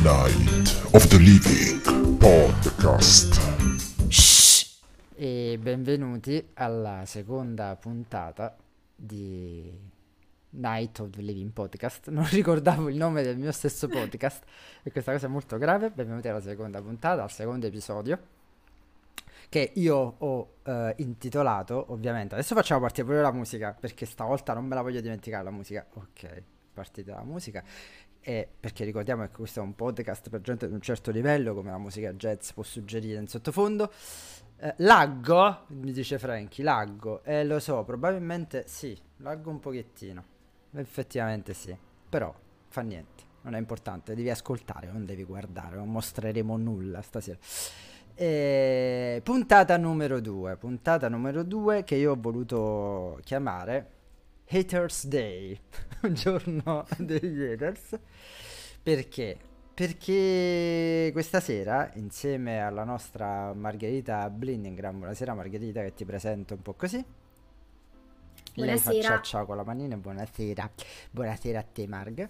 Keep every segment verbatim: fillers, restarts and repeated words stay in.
Night of the Living Podcast. Shh. E benvenuti alla seconda puntata di Night of the Living Podcast. Non ricordavo il nome del mio stesso podcast e questa cosa è molto grave. Benvenuti alla seconda puntata, al secondo episodio, che io ho eh, intitolato, ovviamente. Adesso facciamo partire pure la musica, perché stavolta non me la voglio dimenticare la musica. Ok, partita la musica. E perché ricordiamo che questo è un podcast per gente di un certo livello, come la musica jazz può suggerire in sottofondo. Eh, laggo, mi dice Franky, laggo. E eh, lo so, probabilmente sì, laggo un pochettino. Effettivamente sì, però fa niente, non è importante, devi ascoltare, non devi guardare, non mostreremo nulla stasera. E... puntata numero due, puntata numero due che io ho voluto chiamare Haters Day, un giorno degli haters. Perché? Perché questa sera, insieme alla nostra Margherita Blinningham, buonasera Margherita, che ti presento un po' così. Buonasera. Lei faccia ciao con la manina, buonasera, buonasera a te Marg.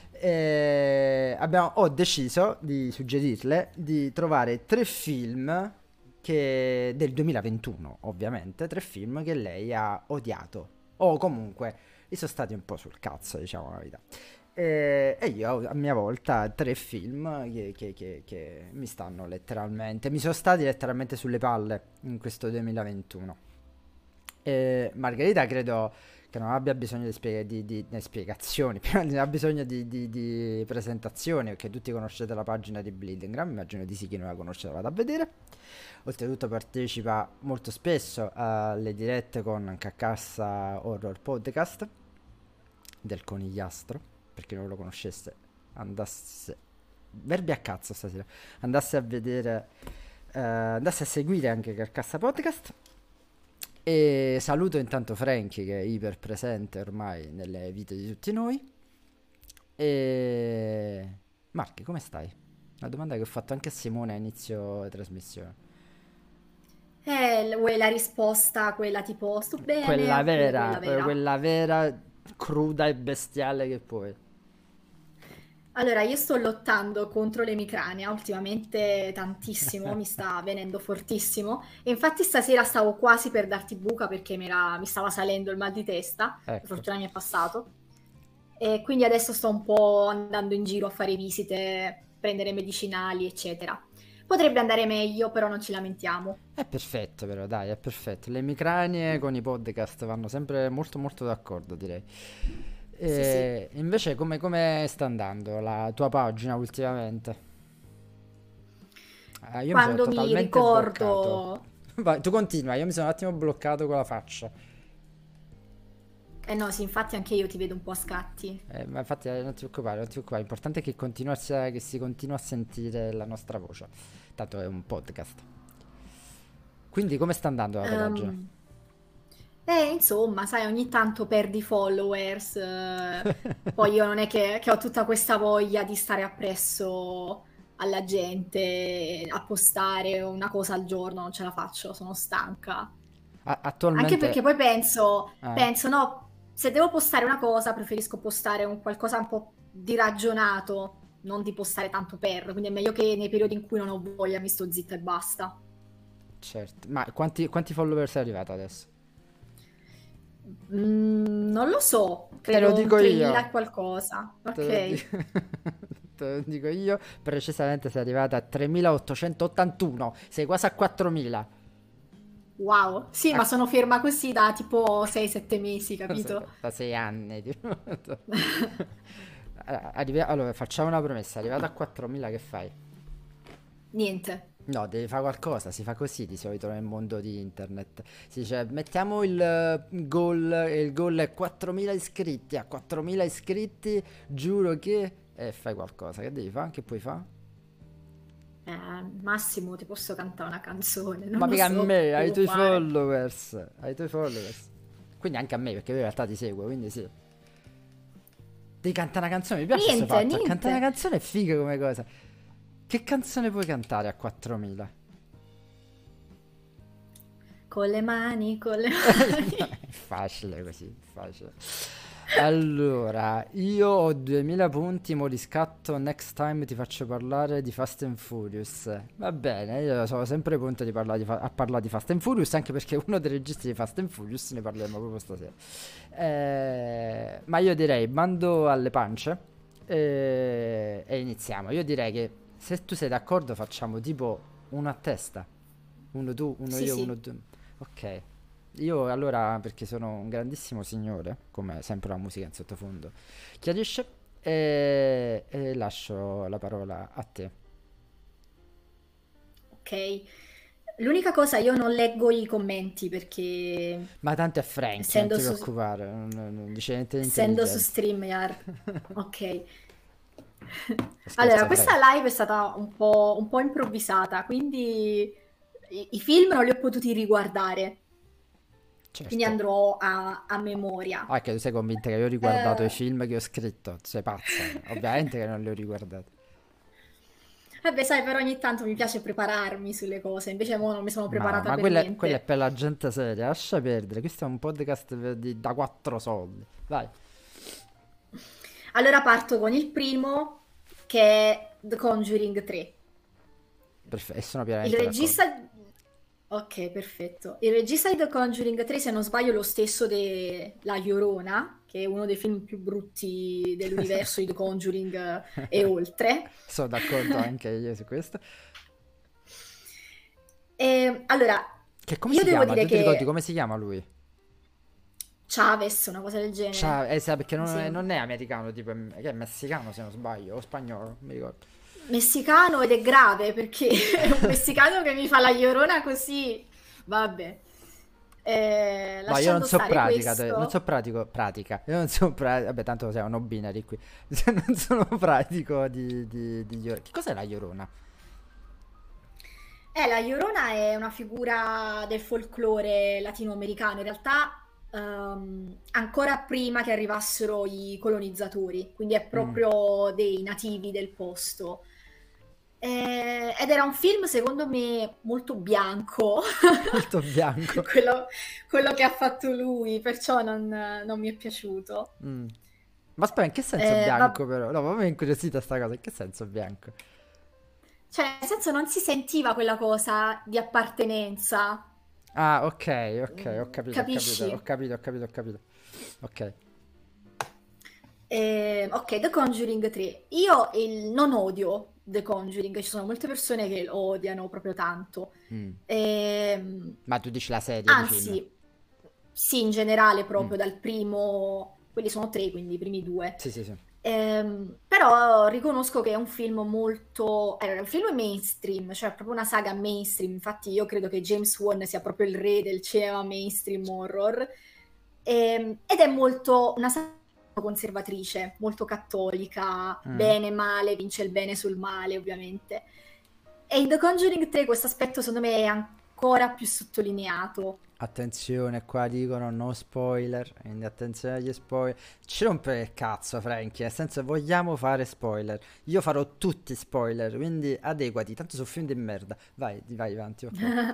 Eh, abbiamo, ho deciso di suggerirle di trovare tre film che, del duemilaventuno, ovviamente, tre film che lei ha odiato o comunque gli sono stati un po' sul cazzo, diciamo la verità. E, e io a mia volta tre film che, che, che, che mi stanno letteralmente, mi sono stati letteralmente sulle palle in questo duemilaventuno. E Margherita credo che non abbia bisogno di, spiega- di, di, di spiegazioni, prima ne ha bisogno di, di, di presentazioni, perché tutti conoscete la pagina di Blinningham, immagino di sì, chi non la conosce la vada a vedere. Oltretutto partecipa molto spesso alle dirette con Cacassa Horror Podcast del Conigliastro, per chi non lo conoscesse andasse verbi a cazzo stasera andasse a vedere eh, andasse a seguire anche Cacassa Podcast. E saluto intanto Franky, che è iper presente ormai nelle vite di tutti noi. E Marchi, come stai? Una domanda che ho fatto anche a Simone a inizio trasmissione. Eh, vuoi la risposta, quella tipo sto bene, Quella oppure vera, quella eh, vera? quella vera, cruda e bestiale che puoi. Allora, io sto lottando contro l'emicrania ultimamente tantissimo, mi sta venendo fortissimo. E infatti stasera stavo quasi per darti buca perché mi, era- mi stava salendo il mal di testa, per Ecco. fortuna mi è passato. E quindi adesso sto un po' andando in giro a fare visite, prendere medicinali, eccetera. Potrebbe andare meglio, però non ci lamentiamo. È perfetto però, dai, è perfetto. Le emicranie con i podcast vanno sempre molto molto d'accordo, direi. Sì, sì. E invece come, come sta andando la tua pagina ultimamente? Ah, io mi sono Quando mi totalmente bloccato. ricordo... Vai, tu continua, io mi sono un attimo bloccato con la faccia. Eh no, sì, infatti anche io ti vedo un po' a scatti. Eh, ma infatti eh, non ti preoccupare, non ti preoccupare. L'importante è che, continua a se- che si continua a sentire la nostra voce. Tanto è un podcast. Quindi come sta andando la tua pagina? Ehm, eh, insomma, sai, ogni tanto perdi followers, eh, poi io non è che, che ho tutta questa voglia di stare appresso alla gente, a postare una cosa al giorno, non ce la faccio, sono stanca. A- Anche attualmente... perché poi penso, eh, penso, no, se devo postare una cosa, preferisco postare un qualcosa un po' di ragionato, non di postare tanto per, quindi è meglio che nei periodi in cui non ho voglia mi sto zitta e basta. certo. Ma quanti, quanti follower sei arrivato adesso? Mm, non lo so, Te lo credo un dico tremila io. e qualcosa. Te lo Ok, dico, te lo dico io. Precisamente sei arrivata a tremilaottocentottantuno. Sei quasi a quattromila. wow. Sì, A- ma sono ferma così da tipo sei sette mesi, capito? da sei anni. tipo. Arrivi- Allora, facciamo una promessa. Arrivata a quattromila, che fai? Niente. No, devi fare qualcosa. Si fa così di solito nel mondo di internet. Si dice, mettiamo il eh, goal. E il goal è quattromila iscritti. A quattromila iscritti, giuro che. E fai qualcosa. Che devi fare? Che puoi fare? Eh, Massimo, ti posso cantare una canzone, non Ma lo mica a so, me, ai devo tuoi fare. followers. Ai tuoi followers. Quindi anche a me, perché lui in realtà ti segue, quindi sì. Devi cantare una canzone, mi piace questo Niente, fatto. niente. Cantare una canzone è figa come cosa. Che canzone puoi cantare a quattromila? Con le mani, con le mani. È facile così, facile. Allora, io ho duemila punti, mo riscatto, next time ti faccio parlare di Fast and Furious. Va bene, io sono sempre pronto di parlare di fa- a parlare di Fast and Furious, anche perché uno dei registi di Fast and Furious ne parleremo proprio stasera. Eh, ma io direi, mando alle pance eh, e iniziamo. Io direi che se tu sei d'accordo facciamo tipo uno a testa. Uno tu, uno Sì, io, uno sì. tu. Ok. Io allora, perché sono un grandissimo signore, come sempre la musica in sottofondo, chiarisce e, e lascio la parola a te. Ok. L'unica cosa, io non leggo i commenti perché Ma tanto è Frankie, non essendo ti su, preoccupare, non, non- non dice niente di essendo su intelligente. StreamYard. Ok. Allora, Scherzo, questa Frankie. live è stata un po', un po' improvvisata, quindi i, i film non li ho potuti riguardare, quindi Certo. andrò a, a memoria. Ah, che tu sei convinta che io ho riguardato i Eh, film che ho scritto? Sei pazza? Ovviamente che non li ho riguardati. vabbè, sai, però ogni tanto mi piace prepararmi sulle cose, invece mo non mi sono Ma, preparata ma per quella, è quella è niente. per la gente seria, lascia perdere. Questo è un podcast per- di- da quattro soldi. Vai. Allora parto con il primo, che è The Conjuring tre. Perfetto, e sono Il pienamente d'accordo. regista... Ok, perfetto. Il regista di The Conjuring tre, se non sbaglio, è lo stesso de La Llorona, che è uno dei film più brutti dell'universo di The Conjuring eh, e oltre. Sono d'accordo anche io su questo. E, allora, Che come io si devo chiama? dire Tu ti ricordi che come si chiama lui? Chavez, una cosa del Ciao, genere. eh, sa, perché non è, Sì. non è americano, tipo, è, che è messicano se non sbaglio, o spagnolo, non mi ricordo. Messicano, ed è grave perché è un messicano che mi fa la Llorona così. Vabbè. Eh, No, io non lasciando so stare pratica, te- non so questo. pratico, pratica. Io non so pratica, vabbè, tanto siamo no binary qui. Non sono pratico di, di, di Ior- Che cos'è la Llorona? Eh, la Llorona è una figura del folklore latinoamericano, in realtà ehm, ancora prima che arrivassero i colonizzatori, quindi è Mm, proprio dei nativi del posto. Eh, ed era un film, secondo me, molto bianco, molto bianco. quello, quello che ha fatto lui, perciò non, non mi è piaciuto. Mm. Ma aspetta, in che senso Eh, bianco va- però? No, ma mi è incuriosita sta cosa, in che senso bianco? Cioè, nel senso non si sentiva quella cosa di appartenenza. Ah, ok, ok, ho Mm, capito, ho capito, ho capisci? capito, ho capito, ho capito. Ok. Eh, ok, The Conjuring tre. Io il- non odio The Conjuring, ci sono molte persone che lo odiano proprio tanto. Mm. Ehm, Ma tu dici la serie di film? anzi, sì, in generale, Mm. proprio dal primo, quelli sono tre, quindi i primi due. Sì, sì, sì. Ehm, però riconosco che è un film molto... È un film mainstream, cioè proprio una saga mainstream. Infatti io credo che James Wan sia proprio il re del cinema mainstream horror. Ehm, ed è molto una saga conservatrice, molto cattolica, Mm. bene, male, vince il bene sul male, ovviamente. E in The Conjuring tre questo aspetto secondo me è ancora più sottolineato. Attenzione, qua dicono no spoiler, quindi attenzione agli spoiler. Ci rompere il cazzo, Frankie, nel senso vogliamo fare spoiler. Io farò tutti spoiler, quindi adeguati, tanto sono film di merda. Vai, vai avanti, per favore.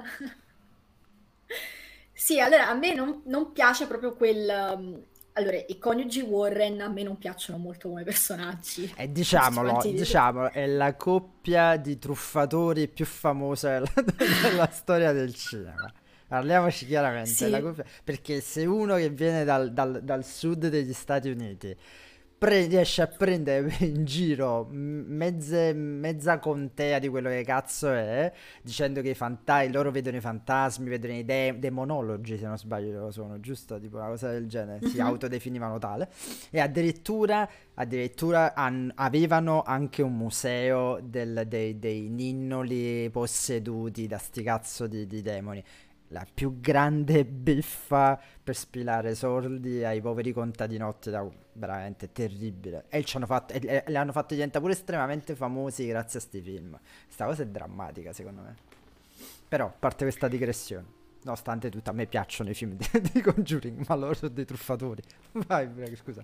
Sì, allora a me non, non piace proprio quel... um, allora, i coniugi Warren a me non piacciono molto come personaggi, E tutti diciamolo, quanti. diciamolo, è la coppia di truffatori più famosa della, della storia del cinema. Parliamoci chiaramente, è la Sì, coppia, perché se uno che viene dal, dal- dal sud degli Stati Uniti pre- riesce a prendere in giro m- mezze- mezza contea di quello che cazzo è, dicendo che i fantasmi, loro vedono i fantasmi, vedono i de- demonologi, se non sbaglio sono, giusto? Tipo una cosa del genere, si mhm. autodefinivano tale. E addirittura, addirittura han- avevano anche un museo del- dei, dei ninnoli posseduti da sti cazzo di, di demoni. La più grande beffa per spilare soldi ai poveri contadinotti, da, veramente terribile. E ci hanno fatto, e, e le hanno fatto diventare pure estremamente famosi grazie a sti film. Sta cosa è drammatica, secondo me. Però, a parte questa digressione, nonostante tutto, a me piacciono i film di, di Conjuring, ma loro sono dei truffatori. Vai, prego, scusa.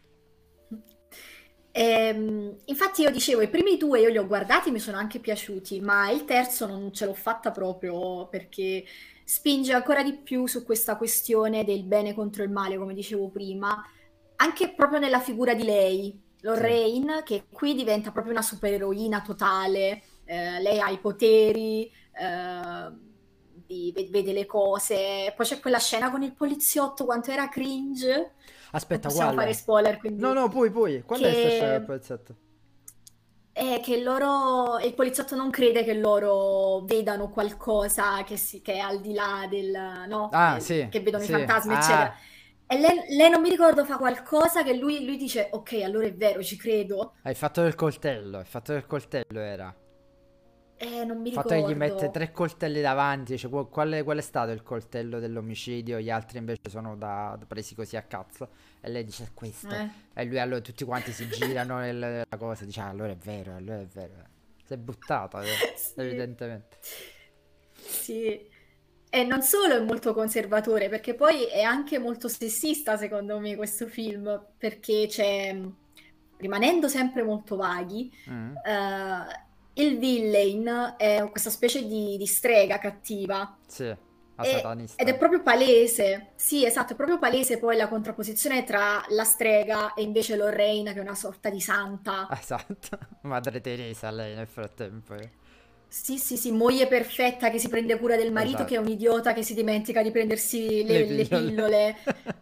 Ehm, infatti io dicevo, i primi due io li ho guardati, mi sono anche piaciuti, ma il terzo non ce l'ho fatta proprio perché spinge ancora di più su questa questione del bene contro il male, come dicevo prima, anche proprio nella figura di lei, Sì. Lorraine, che qui diventa proprio una supereroina totale, eh, lei ha i poteri, eh, di- ve- vede le cose, poi c'è quella scena con il poliziotto, quanto era cringe, non Aspetta, possiamo fare quale? spoiler, No, quindi no, poi, poi. Qual è sta scena del che poliziotto? è che loro, il poliziotto non crede che loro vedano qualcosa che, si- che è al di là del, no, Ah, del- sì, che vedono i sì. fantasmi, eccetera. Ah, E lei, lei non mi ricordo fa qualcosa che lui, lui dice, ok, allora è vero, ci credo. hai fatto del coltello. Il fatto del coltello era. Eh, non mi Il fatto che gli mette ricordo. tre coltelli davanti. Cioè, qual, qual è, qual è stato il coltello dell'omicidio? Gli altri invece sono da, da presi così a cazzo. E lei dice questo. Eh, E lui allora tutti quanti si girano nella cosa. Dice, ah, allora è vero, allora è vero. Si è buttata, eh, sì, evidentemente. sì. E non solo è molto conservatore, perché poi è anche molto sessista, secondo me, questo film, perché c'è, rimanendo sempre molto vaghi, Mm, eh, il villain è questa specie di, di strega cattiva. sì, la E- ed è satanista. proprio palese, sì, esatto, è proprio palese poi la contrapposizione tra la strega e invece Lorraine, che è una sorta di santa. Esatto. Madre Teresa lei nel frattempo. eh. Sì, sì, sì, moglie perfetta che si prende cura del marito, che è Esatto. un idiota che si dimentica di prendersi Le le, le pillole. pillole.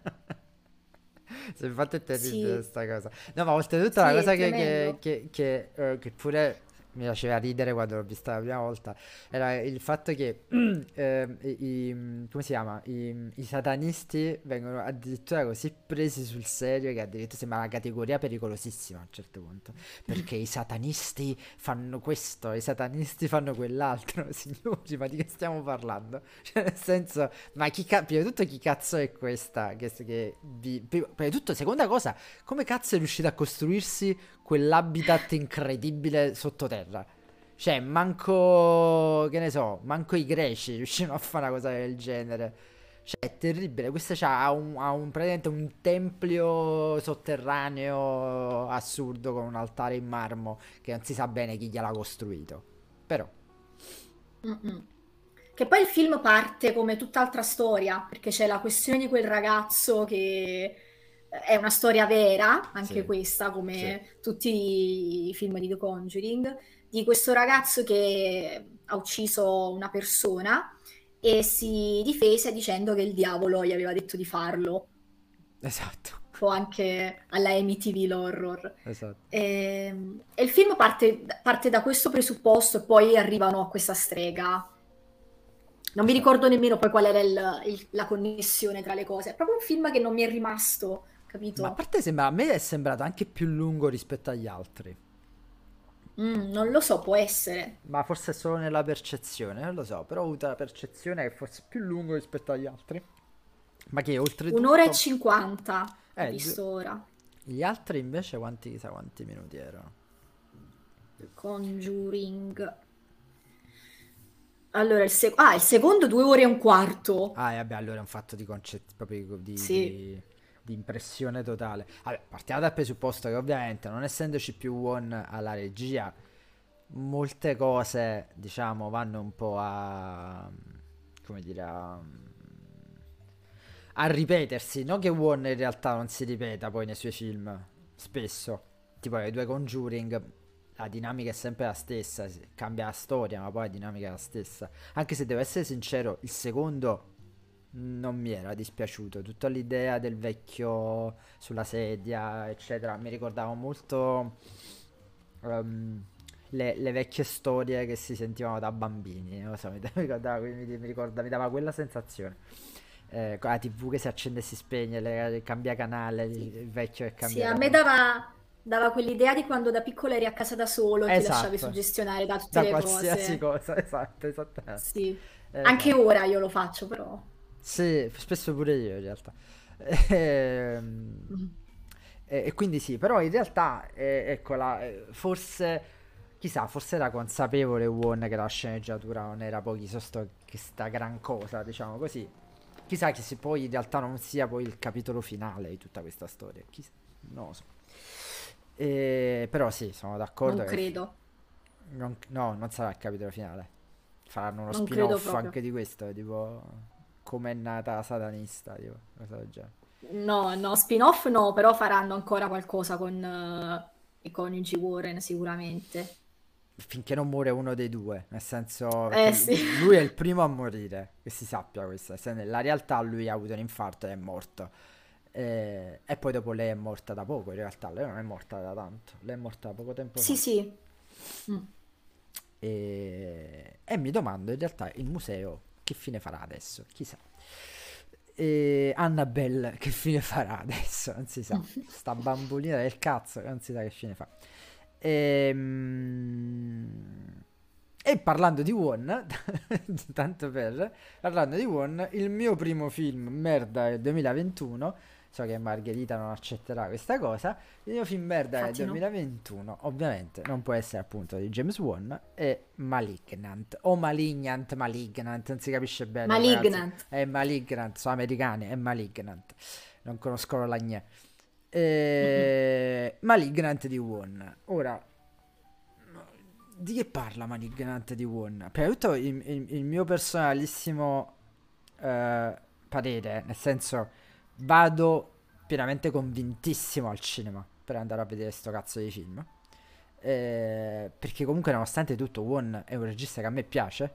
Sì, infatti è terribile Sì, questa cosa. No, ma oltretutto la sì, è cosa che, che- tremendo. che- che, eh, che pure mi faceva ridere quando l'ho vista la prima volta era il fatto che eh, i, i- come si chiama? I, i satanisti vengono addirittura così presi sul serio che addirittura sembra una categoria pericolosissima a un certo punto. Perché i satanisti fanno questo, i satanisti fanno quell'altro. Signori, ma di che stiamo parlando? Cioè, nel senso, ma chi, ca- prima di tutto chi cazzo è questa? Che, che vi- prima prima di tutto, seconda cosa, come cazzo è riuscita a costruirsi quell'habitat incredibile sottoterra? Cioè, manco, che ne so, manco i greci riuscivano a fare una cosa del genere. Cioè, è terribile. Questa c'ha ha un, ha un, praticamente un tempio sotterraneo assurdo con un altare in marmo che non si sa bene chi gliel'ha costruito. Però, Mm-mm. Che poi il film parte come tutt'altra storia, perché c'è la questione di quel ragazzo che è una storia vera, anche sì, questa, sì, come tutti i film di The Conjuring, di questo ragazzo che ha ucciso una persona e si difese dicendo che il diavolo gli aveva detto di farlo, esatto, o anche alla Amityville Horror. esatto. E, e il film parte, parte da questo presupposto e poi arrivano a questa strega. Non mi Esatto. ricordo nemmeno poi qual era il- il- la connessione tra le cose. È proprio un film che non mi è rimasto, Ma a capito? parte sembra, a me è sembrato anche più lungo rispetto agli altri. Mm, non lo so, può essere. Ma forse è solo nella percezione, non lo so, però ho avuto la percezione che fosse più lungo rispetto agli altri. Ma che Un'ora e oltretutto... cinquanta ho Eh, d- visto ora. gli altri invece quanti, chissà quanti minuti erano. Conjuring. Allora, il, sec- ah, il secondo due ore e un quarto. Ah, e vabbè, allora è un fatto di concetti, proprio di, Sì. di, di impressione totale. Vabbè, partiamo dal presupposto che ovviamente, non essendoci più Won alla regia, molte cose, diciamo, vanno un po' a... come dire, a... a ripetersi. Non che Won in realtà non si ripeta poi nei suoi film, spesso. Tipo le due Conjuring, la dinamica è sempre la stessa, si- cambia la storia, ma poi la dinamica è la stessa. Anche se devo essere sincero, il secondo non mi era dispiaciuto. Tutta l'idea del vecchio sulla sedia, eccetera, mi ricordava molto ehm, le, le vecchie storie che si sentivano da bambini. Non lo so, mi, mi ricordava, mi, mi ricorda- mi dava quella sensazione. Eh, con la T V che si accende e si spegne, le- cambia canale, il, Sì, il vecchio che sì, cambia a me canale. dava, dava quell'idea di quando da piccola eri a casa da solo e ti lasciavi Esatto, suggestionare da tutte da le qualsiasi cose. cosa, esatto, esattamente. Sì. Anche Esatto. ora io lo faccio, però. Sì, spesso pure io in realtà. Ehm, Mm. E, e quindi sì, però in realtà, eh, eccola, eh, forse, chissà, forse era consapevole Won che la sceneggiatura non era poi chissà sto, che sta gran cosa, diciamo così. Chissà che se poi in realtà non sia poi il capitolo finale di tutta questa storia, chissà, non lo so. E, però sì, sono d'accordo Non che f- credo, non- no, non sarà il capitolo finale. Faranno uno non credo spin-off proprio. anche di questo, tipo come è nata Satanista, tipo, cosa del genere. No, no, spin-off no, però faranno ancora qualcosa con eh, i coniugi Warren sicuramente. Finché non muore uno dei due, nel senso, perché Eh sì. l- lui è il primo a morire, che si sappia questo, se nella realtà lui ha avuto un infarto e è morto. Eh, e poi dopo lei è morta da poco, in realtà lei non è morta da tanto, lei è morta da poco tempo Sì, fa. sì. Mm. E, e mi domando in realtà il museo che fine farà adesso, chissà. E Annabelle che fine farà adesso, non si sa. Sta bambolina del cazzo, non si sa che fine fa. Ehm, E, parlando di One, tanto per, parlando di One, il mio primo film, merda, del duemilaventuno, so che Margherita non accetterà questa cosa, il mio film merda del Infatti no. duemilaventuno, ovviamente, non può essere appunto di James Wan, è Malignant, o Malignant, Malignant, non si capisce bene, ragazzi, Malignant. è Malignant, sono americani, è Malignant, non conosco la gne. Eh, Malignant di Won. Ora, di che parla Malignant di Won? Prima di tutto il, il- il mio personalissimo eh, parere, nel senso, vado pienamente convintissimo al cinema per andare a vedere sto cazzo di film. Eh, perché comunque nonostante tutto Won è un regista che a me piace.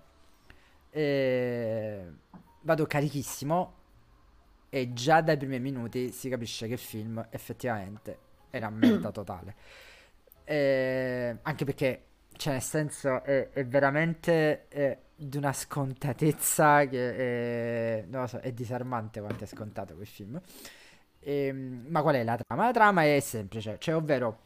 Eh, vado carichissimo e già dai primi minuti si capisce che il film effettivamente è una merda totale. Eh, anche perché, cioè, nel senso, è, è veramente eh, di una scontatezza che è, non lo so, è disarmante quanto è scontato quel film. Ehm, ma qual è la trama? La trama è semplice, cioè, ovvero,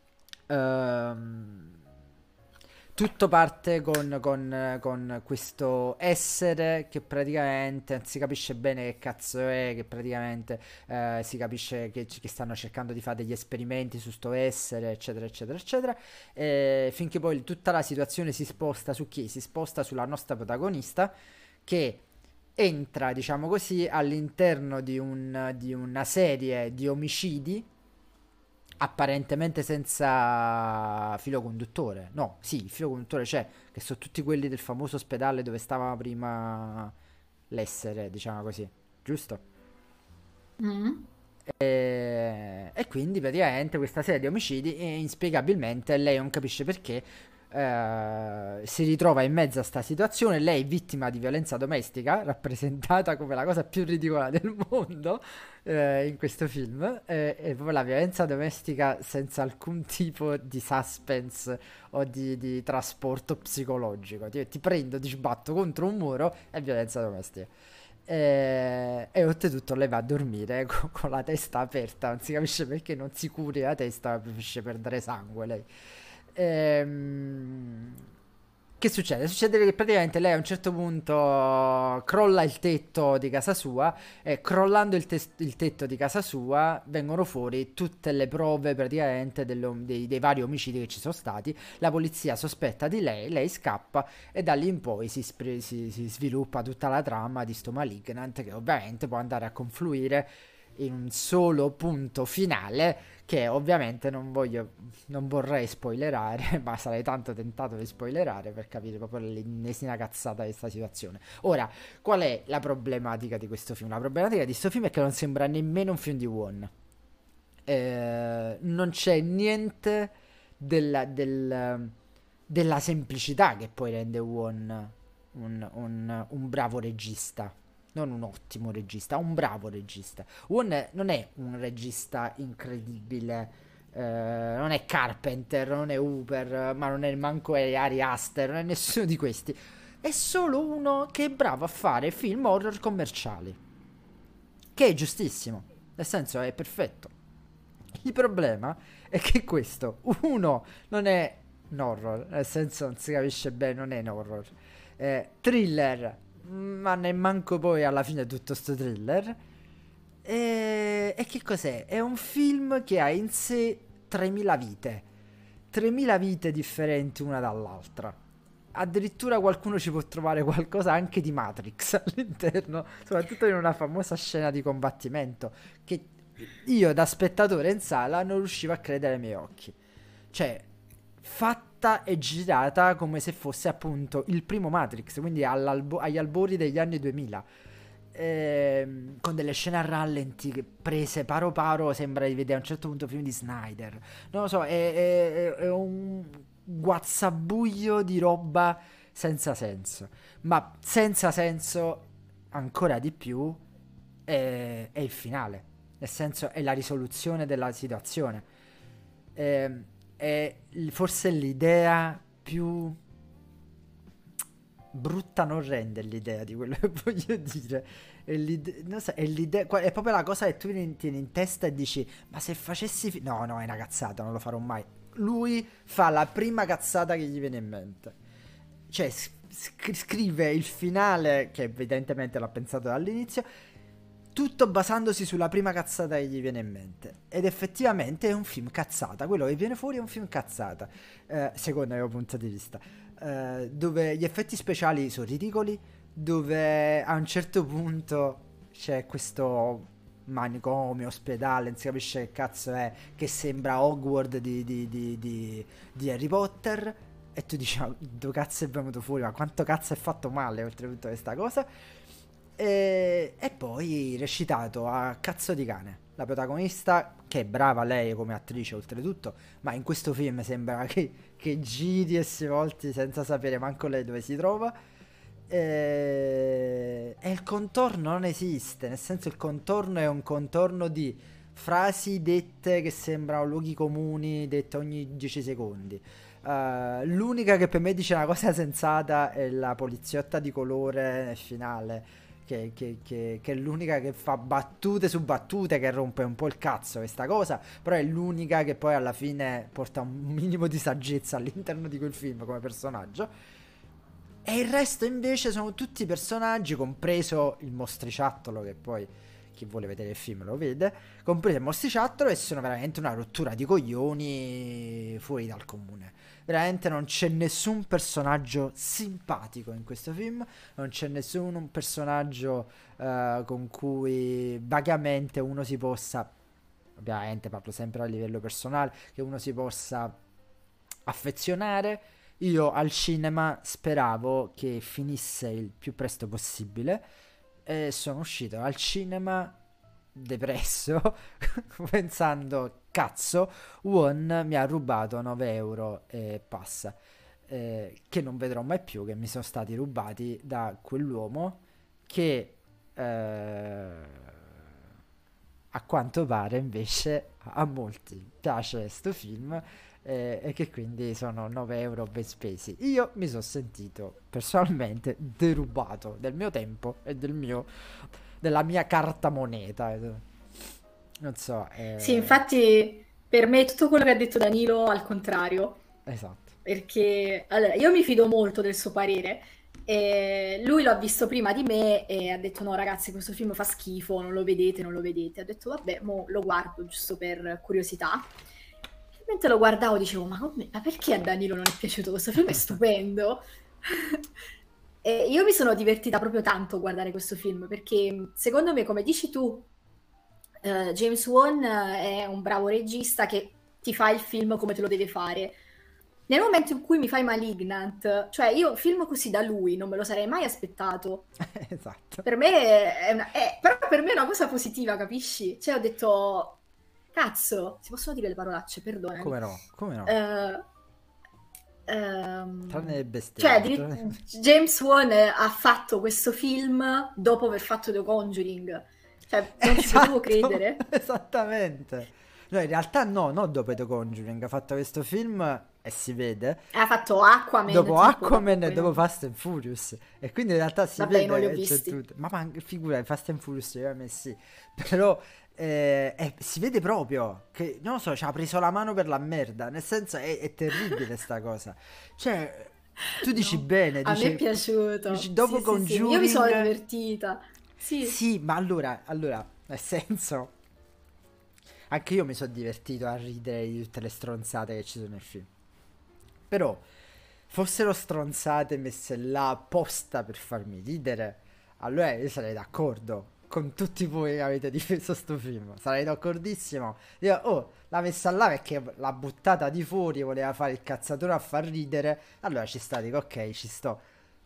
ehm, tutto parte con, con- con questo essere che praticamente non si capisce bene che cazzo è, che praticamente eh, si capisce che, che stanno cercando di fare degli esperimenti su sto essere, eccetera, eccetera, eccetera, e finché poi tutta la situazione si sposta su chi? Si sposta sulla nostra protagonista che entra, diciamo così, all'interno di, un- di una serie di omicidi apparentemente senza filo conduttore. No, sì, il filo conduttore c'è, che sono tutti quelli del famoso ospedale dove stava prima l'essere, diciamo così, giusto? Mm. E, e quindi praticamente questa serie di omicidi, e inspiegabilmente lei non capisce perché eh, si ritrova in mezzo a sta situazione. Lei è vittima di violenza domestica, rappresentata come la cosa più ridicola del mondo eh, in questo film. Eh, è proprio la violenza domestica senza alcun tipo di suspense o di, di trasporto psicologico. Ti, ti prendo, ti sbatto contro un muro, è violenza domestica. E, e oltretutto lei va a dormire co- con, la testa aperta, non si capisce perché non si curi la testa, preferisce perdere sangue lei. Ehm, Che succede? Succede che praticamente lei a un certo punto crolla il tetto di casa sua e crollando il, tes- il tetto di casa sua vengono fuori tutte le prove praticamente dello- dei, dei vari omicidi che ci sono stati. La polizia sospetta di lei, lei scappa e da lì in poi si, spre- si- si sviluppa tutta la trama di sto Malignant che ovviamente può andare a confluire in un solo punto finale che ovviamente non voglio, non vorrei spoilerare, ma sarei tanto tentato di spoilerare per capire proprio l'ennesima cazzata di questa situazione. Ora, qual è la problematica di questo film? La problematica di questo film è che non sembra nemmeno un film di Won. Eh, non c'è niente della, del- della semplicità che poi rende Won un, un- un bravo regista. Non un ottimo regista, un bravo regista. Won è- non è un regista incredibile, eh, non è Carpenter, non è Hooper, ma non è manco Ari Aster, non è nessuno di questi. È solo uno che è bravo a fare film horror commerciali. Che è giustissimo, nel senso è perfetto. Il problema è che questo, uno, non è un horror, nel senso non si capisce bene, non è un horror. Eh, thriller, ma neanche poi alla fine tutto sto thriller. E, e che cos'è? È un film che ha in sé tremila vite. tremila vite differenti una dall'altra. Addirittura qualcuno ci può trovare qualcosa anche di Matrix all'interno, soprattutto in una famosa scena di combattimento che io da spettatore in sala non riuscivo a credere ai miei occhi. Cioè, fatta e girata come se fosse appunto il primo Matrix, quindi all'albo- agli albori degli anni duemila. ehm, con delle scene a rallenti che prese paro paro, sembra di vedere a un certo punto film di Snyder. Non lo so, è, è- è un guazzabuglio di roba senza senso. Ma senza senso ancora di più è, è il finale. Nel senso, è la risoluzione della situazione. Ehm, è l- forse l'idea più brutta, non rende l'idea di quello che voglio dire. È l'ide- non so, è l'idea, qua- è proprio la cosa che tu tieni tieni in testa e dici: ma se facessi fi-" no, no, è una cazzata, non lo farò mai. Lui fa la prima cazzata che gli viene in mente. Cioè, s- sc- scrive il finale, che evidentemente l'ha pensato dall'inizio, tutto basandosi sulla prima cazzata che gli viene in mente. Ed effettivamente è un film cazzata. Quello che viene fuori è un film cazzata, eh, secondo il mio punto di vista. Eh, dove gli effetti speciali sono ridicoli, dove a un certo punto c'è questo manicomio, ospedale, non si capisce che cazzo è, che sembra Hogwarts di, di, di, di, di Harry Potter. E tu dici: ma dove cazzo è venuto fuori? Ma quanto cazzo è fatto male oltretutto questa cosa? E, e poi recitato a cazzo di cane. La protagonista, che è brava lei come attrice oltretutto, ma in questo film sembra che, che giri e si volti senza sapere manco lei dove si trova. E, e il contorno non esiste, nel senso, il contorno è un contorno di frasi dette che sembrano luoghi comuni, dette ogni dieci secondi. Uh, l'unica che per me dice una cosa sensata è la poliziotta di colore nel finale, che, che- che- che è l'unica che fa battute su battute, che rompe un po' il cazzo questa cosa, però è l'unica che poi alla fine porta un minimo di saggezza all'interno di quel film come personaggio. E il resto invece sono tutti personaggi, compreso il mostriciattolo, che poi chi vuole vedere il film lo vede, compreso il mostriciattolo, e sono veramente una rottura di coglioni fuori dal comune. Veramente non c'è nessun personaggio simpatico in questo film, non c'è nessun personaggio eh, con cui vagamente uno si possa, ovviamente parlo sempre a livello personale, che uno si possa affezionare. Io al cinema speravo che finisse il più presto possibile e sono uscito al cinema depresso pensando: cazzo, Won mi ha rubato nove euro e passa, eh, che non vedrò mai più, che mi sono stati rubati da quell'uomo che eh, a quanto pare invece a molti piace sto film, eh, e che quindi sono nove euro ben spesi. Io mi sono sentito personalmente derubato del mio tempo e del mio, della mia carta moneta. eh. Non so, Sì, eh, infatti per me tutto quello che ha detto Danilo al contrario, esatto. perché allora, io mi fido molto del suo parere. E lui l'ha visto prima di me e ha detto: no ragazzi, questo film fa schifo, non lo vedete, non lo vedete. Ho detto: vabbè, mo lo guardo giusto per curiosità. E mentre lo guardavo dicevo: ma, come- ma perché a Danilo non è piaciuto questo film? È stupendo. E io mi sono divertita proprio tanto a guardare questo film perché secondo me, come dici tu, eh, James Wan è un bravo regista che ti fa il film come te lo deve fare. Nel momento in cui mi fai Malignant, cioè io film così da lui non me lo sarei mai aspettato. Esatto. Per me è una, è- però per me è una cosa positiva, capisci? Cioè ho detto, cazzo, si possono dire le parolacce, perdonami. Come no? Come no? Eh, Tranne ehm, le cioè, bestemmie. addir- tranne- James Wan ha fatto questo film dopo aver fatto The Conjuring. Cioè, non ci potevo Esatto, credere. esattamente. No, in realtà no, no, dopo The Conjuring ha fatto questo film e si vede. Ha fatto Aquaman, Dopo tipo, vabbè, Aquaman e poi dopo non... Fast and Furious. E quindi in realtà si Vabbè, non li ho vede che c'è visti. tutto. Ma, ma figura, Fast and Furious, io a me sì. Però eh, eh, si vede proprio che, non lo so, ci ha preso la mano per la merda. Nel senso, è, è terribile sta cosa. Cioè, tu dici No, bene, a me è dici, piaciuto. dici dopo Sì, sì, sì, io mi sono Conjuring. divertita. Sì, Sì, ma allora, allora, nel senso, anche io mi sono divertito a ridere di tutte le stronzate che ci sono nel film. Però, fossero stronzate messe là apposta per farmi ridere, allora io sarei d'accordo con tutti voi che avete difeso sto film. Sarei d'accordissimo. Io, oh, l'ha messa là perché l'ha buttata di fuori, voleva fare il cazzatore a far ridere. Allora ci sta, dico, ok, ci sto.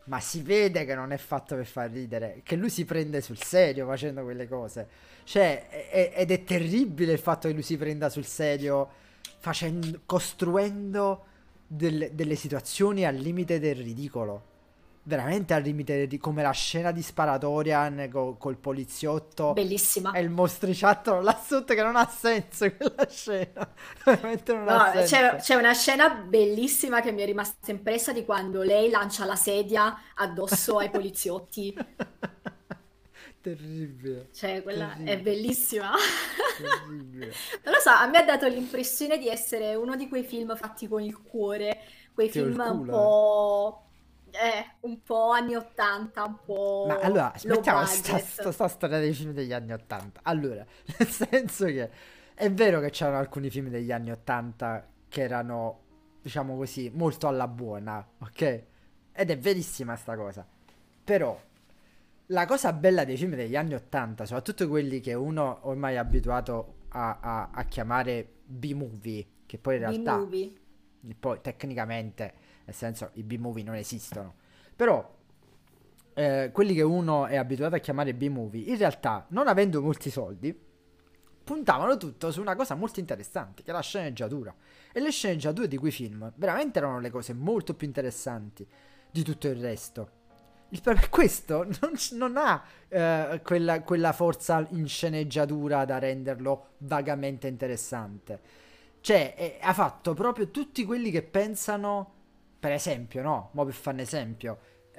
ma si vede che non è fatto per far ridere, che lui si prende sul serio facendo quelle cose. Cioè, è- ed è terribile il fatto che lui si prenda sul serio facendo, costruendo del- delle situazioni al limite del ridicolo. Veramente al limite del ri- come la scena di sparatoria ne- co- col poliziotto e Bellissima. il mostriciattolo là sotto che non ha senso quella scena. Veramente non ha No, c'è senso. c'è una scena bellissima che mi è rimasta impressa di quando lei lancia la sedia addosso ai poliziotti. Terribile, Cioè, quella è terribile, bellissima. terribile. Non lo so, a me ha dato l'impressione di essere uno di quei film fatti con il cuore, quei Tiro il film un culo, eh. po', eh, un po' anni ottanta, un Ma po' allora, low smettiamo sta, sta, budget. sta storia dei film degli anni Ottanta. Allora, nel senso che è vero che c'erano alcuni film degli anni Ottanta che erano, diciamo così, molto alla buona, ok? Ed è verissima sta cosa. Però, la cosa bella dei film degli anni Ottanta, soprattutto quelli che uno ormai è abituato a, a- a chiamare B-movie, che poi in realtà, B-movie. poi tecnicamente, nel senso, i B-movie non esistono. Però eh, quelli che uno è abituato a chiamare B-movie, in realtà, non avendo molti soldi, puntavano tutto su una cosa molto interessante, che è la sceneggiatura. E le sceneggiature di quei film veramente erano le cose molto più interessanti di tutto il resto. Il problema è questo, non, c- non ha eh, quella, quella forza in sceneggiatura da renderlo vagamente interessante. Cioè, eh, ha fatto proprio tutti quelli che pensano, per esempio, no? Mo per fare un esempio,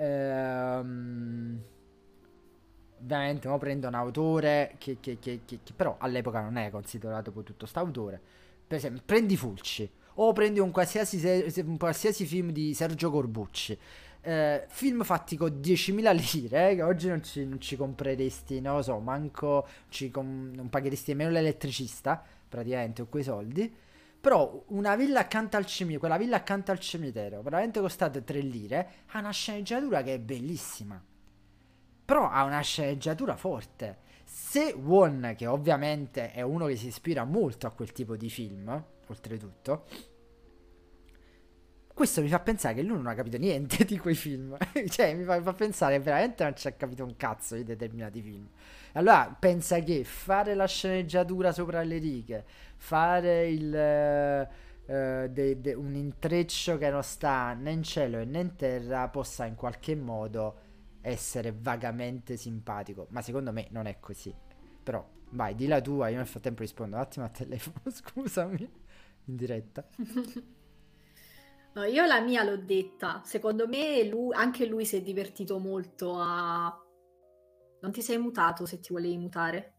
ehm, ovviamente mo prendo un autore che, che- che- che- che però all'epoca non è considerato poi tutto st'autore. Per esempio, prendi Fulci o prendi un qualsiasi, se- se- un qualsiasi film di Sergio Corbucci. Eh, film fatti con diecimila lire, eh, che oggi non ci, non ci compreresti, non lo so, manco ci com- non pagheresti nemmeno l'elettricista, praticamente, con quei soldi. Però una villa accanto al cimitero, quella villa accanto al cimitero, veramente costata tre lire, ha una sceneggiatura che è bellissima. Però ha una sceneggiatura forte. Se Won, che ovviamente è uno che si ispira molto a quel tipo di film, oltretutto, questo mi fa pensare che lui non ha capito niente di quei film. Cioè, mi fa, mi fa pensare che veramente non ci ha capito un cazzo di determinati film. Allora, pensa che fare la sceneggiatura sopra le righe, fare il, eh, eh, de- de- un intreccio che non sta né in cielo né in terra possa in qualche modo essere vagamente simpatico. Ma secondo me non è così. Però, vai, di la tua, io nel frattempo rispondo un attimo al telefono, scusami, in diretta. No, io la mia l'ho detta. Secondo me lui- anche lui si è divertito molto a... Non ti sei mutato se ti volevi mutare.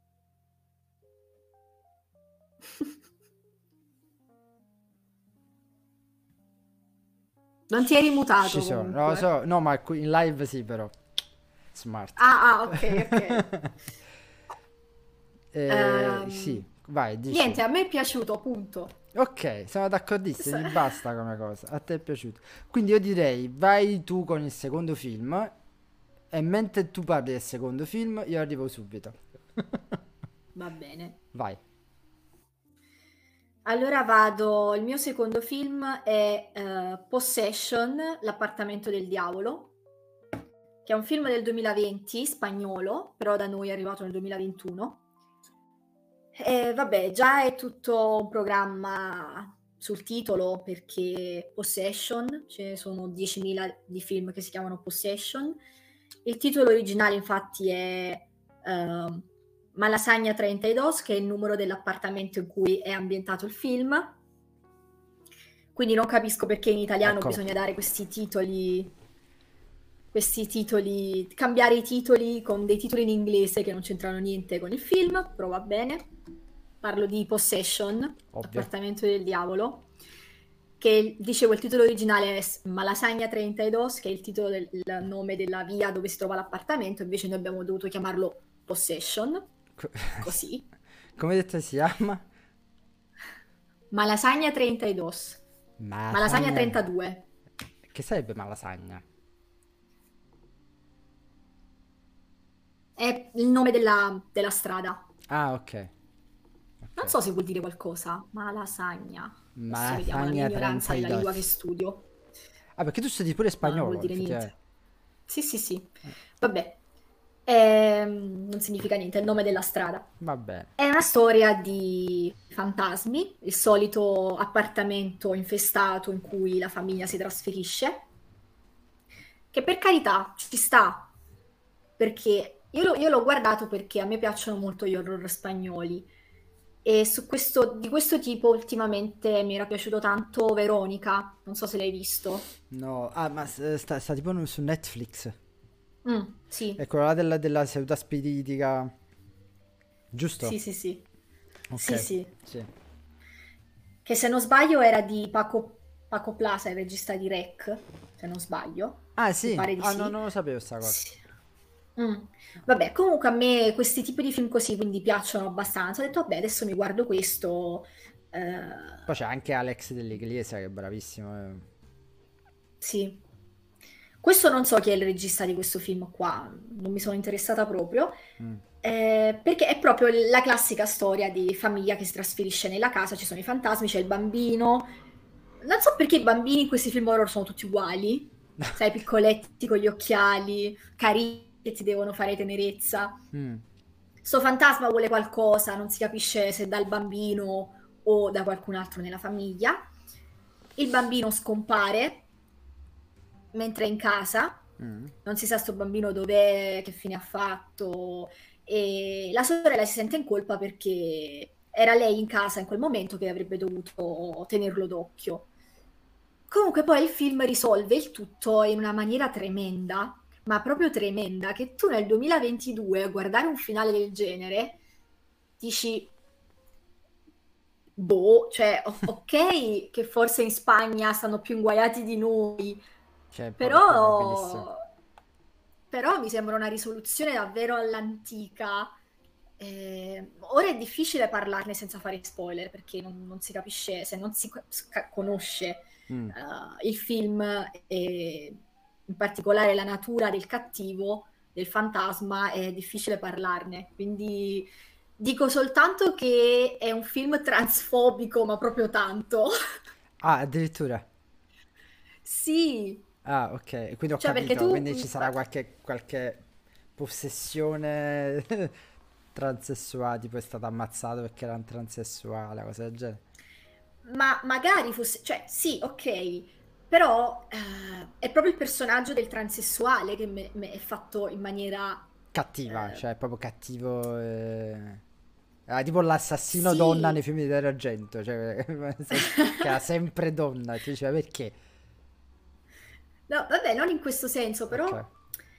Non ti eri Ci mutato sono, non lo comunque. so, no, ma qui in live sì, però. Smart. Ah, ah, ok, ok. Eh, sì, Ehm, vai, dici. niente, a me è piaciuto, appunto. Ok, siamo S- d'accordissimi, basta come cosa. A te è piaciuto. Quindi io direi, vai tu con il secondo film e mentre tu parli del secondo film, io arrivo subito. Va bene. Vai. Allora vado, il mio secondo film è eh, Possession, l'appartamento del diavolo, che è un film del duemilaventi, spagnolo, però da noi è arrivato nel duemilaventuno. E vabbè, già è tutto un programma sul titolo perché Possession, ce ne sono diecimila di film che si chiamano Possession. Il titolo originale infatti è eh, Malasagna trentadue, che è il numero dell'appartamento in cui è ambientato il film. Quindi non capisco perché in italiano Eccolo. bisogna dare questi titoli, questi titoli, cambiare i titoli con dei titoli in inglese che non c'entrano niente con il film, però va bene. Parlo di Possession, Ovvio. appartamento del diavolo, che dicevo il titolo originale è Malasagna trentadue, che è il titolo del il nome della via dove si trova l'appartamento, invece noi abbiamo dovuto chiamarlo Possession, Co- così. Come detto si chiama? Malasagna trentadue. Malasagna Malasagna. trentadue. Che sarebbe malasagna? È il nome della, della strada. Ah, ok. Non Ok. so se vuol dire qualcosa. Malasagna. Adesso vediamo la mia Malasagna ignoranza della lingua che trentadue. studio. Ah, perché tu studi pure No, non vuol spagnolo, dire effettivamente. niente. Sì, sì, sì. Vabbè, Ehm, non significa niente, è il nome della strada. Va bene. È una storia di fantasmi, il solito appartamento infestato in cui la famiglia si trasferisce, che per carità ci sta, perché io, l'ho io l'ho guardato perché a me piacciono molto gli horror spagnoli e su questo, di questo tipo ultimamente mi era piaciuto tanto Veronica, non so se l'hai visto. No, ah, ma s- sta, sta tipo su Netflix. Mm, sì, È quello là della, della seduta spiritica, sì, giusto? sì, sì, sì, Ok, sì, sì. che se non sbaglio era di Paco, Paco Plaza, il regista di Rec, se non sbaglio, Ah, mi sì. pare di Ah, no, sì. non lo sapevo sta cosa. Sì. Mm. Vabbè, comunque a me questi tipi di film così quindi piacciono abbastanza. Ho detto, vabbè, adesso mi guardo questo. eh, Poi c'è anche Alex dell'Iglesia che è bravissimo. eh. sì. Questo non so chi è il regista di questo film qua, non mi sono interessata proprio, Mm. eh, perché è proprio la classica storia di famiglia che si trasferisce nella casa, ci sono i fantasmi, c'è il bambino. Non so perché i bambini in questi film horror sono tutti uguali, sai, piccoletti con gli occhiali, carini che ti devono fare tenerezza. Mm. Sto fantasma vuole qualcosa, non si capisce se dal bambino o da qualcun altro nella famiglia. Il bambino scompare mentre è in casa, Mm. non si sa sto bambino dov'è, che fine ha fatto, e la sorella si sente in colpa perché era lei in casa in quel momento che avrebbe dovuto tenerlo d'occhio. Comunque poi il film risolve il tutto in una maniera tremenda, ma proprio tremenda, che tu nel duemilaventidue a guardare un finale del genere dici, boh, cioè, o- ok che forse in Spagna stanno più inguaiati di noi, Cioè, pro- probabilissimo. però, però mi sembra una risoluzione davvero all'antica. Eh, ora è difficile parlarne senza fare spoiler perché non, non si capisce, se non si co- sca- conosce Mm. eh, il film e in particolare la natura del cattivo, del fantasma, è difficile parlarne. Quindi dico soltanto che è un film transfobico, ma proprio tanto. Ah, addirittura. Sì, Ah, ok. Quindi ho cioè perché capito. tu... Quindi ci sarà qualche, qualche possessione transessuale. Tipo è stato ammazzato perché era un transessuale, cosa del genere. Ma magari fosse, cioè sì, ok, però eh, è proprio il personaggio del transessuale che me- me- è fatto in maniera... Cattiva, eh, cioè proprio cattivo. eh. Ah, tipo l'assassino donna nei sì, film di Dario Argento, cioè, che era sempre donna. E tu dici, "Ma perché?" no, vabbè, non in questo senso, Ok. però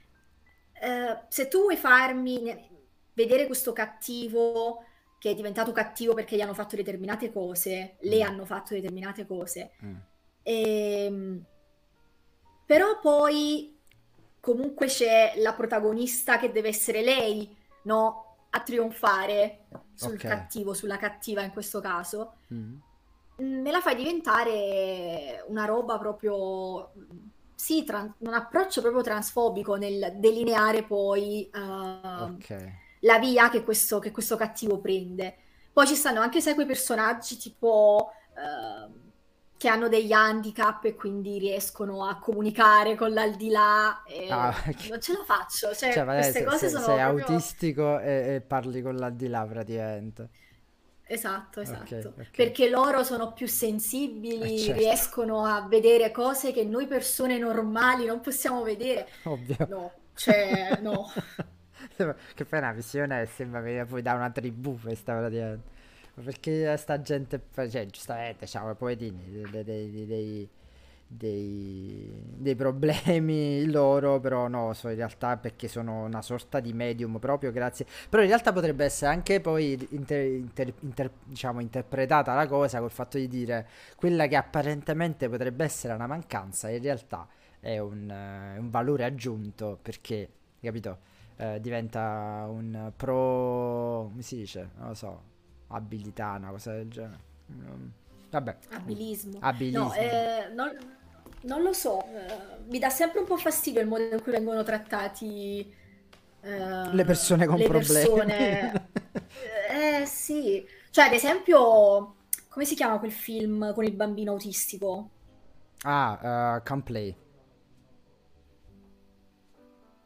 eh, se tu vuoi farmi ne- vedere questo cattivo che è diventato cattivo perché gli hanno fatto determinate cose, le Mm, hanno fatto determinate cose, mm. ehm, però poi comunque c'è la protagonista che deve essere lei, no? A trionfare sul Ok. cattivo, sulla cattiva in questo caso. Mm. Mm, Me la fai diventare una roba proprio, sì, tran- un approccio proprio transfobico nel delineare poi eh, Ok. la via che questo, che questo cattivo prende. Poi ci stanno anche, sai, quei personaggi tipo ehm, che hanno degli handicap e quindi riescono a comunicare con l'aldilà. Ah, E ok. non ce la faccio, Cioè, cioè magari queste se- cose se- sei sono proprio... autistico e, e parli con l'aldilà praticamente. Esatto, Ok, esatto, ok. perché loro sono più Eh sensibili, certo, riescono a vedere cose che noi persone normali non possiamo vedere. ovvio. No, cioè, no. Che poi è una visione che sembra venire poi da una tribù questa praticamente. Ma perché sta gente, fa- cioè giustamente, ciao, poverini, dei, dei, dei, dei- dei problemi loro, però no, so in realtà perché sono una sorta di medium proprio grazie. Però in realtà potrebbe essere anche poi inter- inter- inter- diciamo, interpretata la cosa col fatto di dire quella che apparentemente potrebbe essere una mancanza, in realtà è un, eh, un valore aggiunto perché, capito? Eh, diventa un pro, come si dice? Non lo so, abilità, una cosa del genere. Mm, vabbè, mm, Abilismo. No, abilismo. eh, non, non lo so, eh, mi dà sempre un po' fastidio il modo in cui vengono trattati Le eh, persone con le problemi. persone. Eh sì, cioè ad esempio, come si chiama quel film con il bambino autistico? Ah, uh, Can't Play.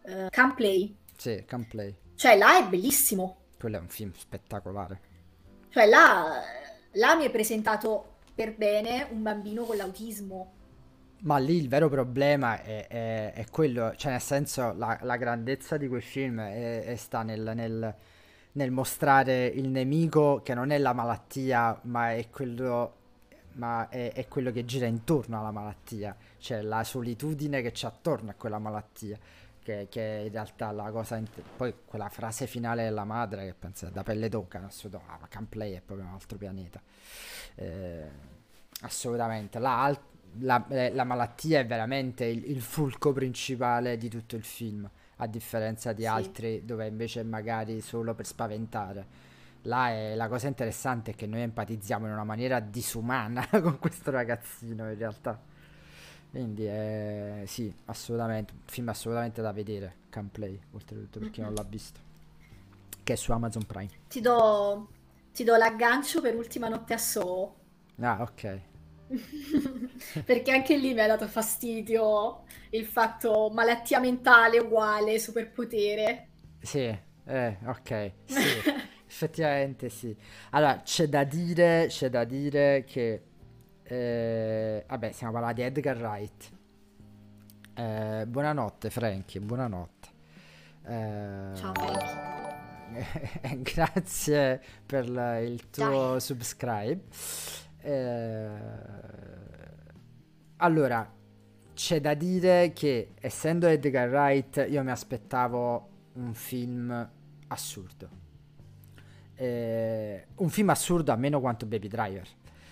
eh, Can Play. Sì, Can Play. Cioè, là è bellissimo. Quello è un film spettacolare. Cioè, là, là mi è presentato per bene un bambino con l'autismo. Ma lì il vero problema è, è- è quello, cioè nel senso la, la grandezza di quel film è, è sta nel, nel- nel mostrare il nemico che non è la malattia, ma è quello, ma è, è quello che gira intorno alla malattia, cioè la solitudine che c'è attorno a quella malattia, che, che in realtà la cosa... int- Poi quella frase finale della madre che pensa da pelle d'oca, assolutamente, ah, ma Camplay è proprio un altro pianeta. Eh, assolutamente. La, al- la- eh, la malattia è veramente il, il fulcro principale di tutto il film, a differenza di Sì. altri dove invece magari solo per spaventare. Là è, la cosa interessante è che noi empatizziamo in una maniera disumana con questo ragazzino in realtà. Quindi è, sì, assolutamente, un film assolutamente da vedere, Can Play, oltretutto per chi non Mm-mm. l'ha visto, che è su Amazon Prime. Ti do, ti do l'aggancio per Ultima notte a Soho. Ah, ok. Perché anche lì mi ha dato fastidio il fatto malattia mentale uguale superpotere. Sì, eh, ok, sì, effettivamente sì. Allora, c'è da dire, c'è da dire che, eh, vabbè, stiamo parlando di Edgar Wright. Eh, buonanotte, Frankie, buonanotte. Ciao Frankie. Eh, grazie per la- il Dai. tuo subscribe. Eh, allora, c'è da dire che essendo Edgar Wright, io mi aspettavo un film assurdo. Eh, un film assurdo a meno quanto Baby Driver.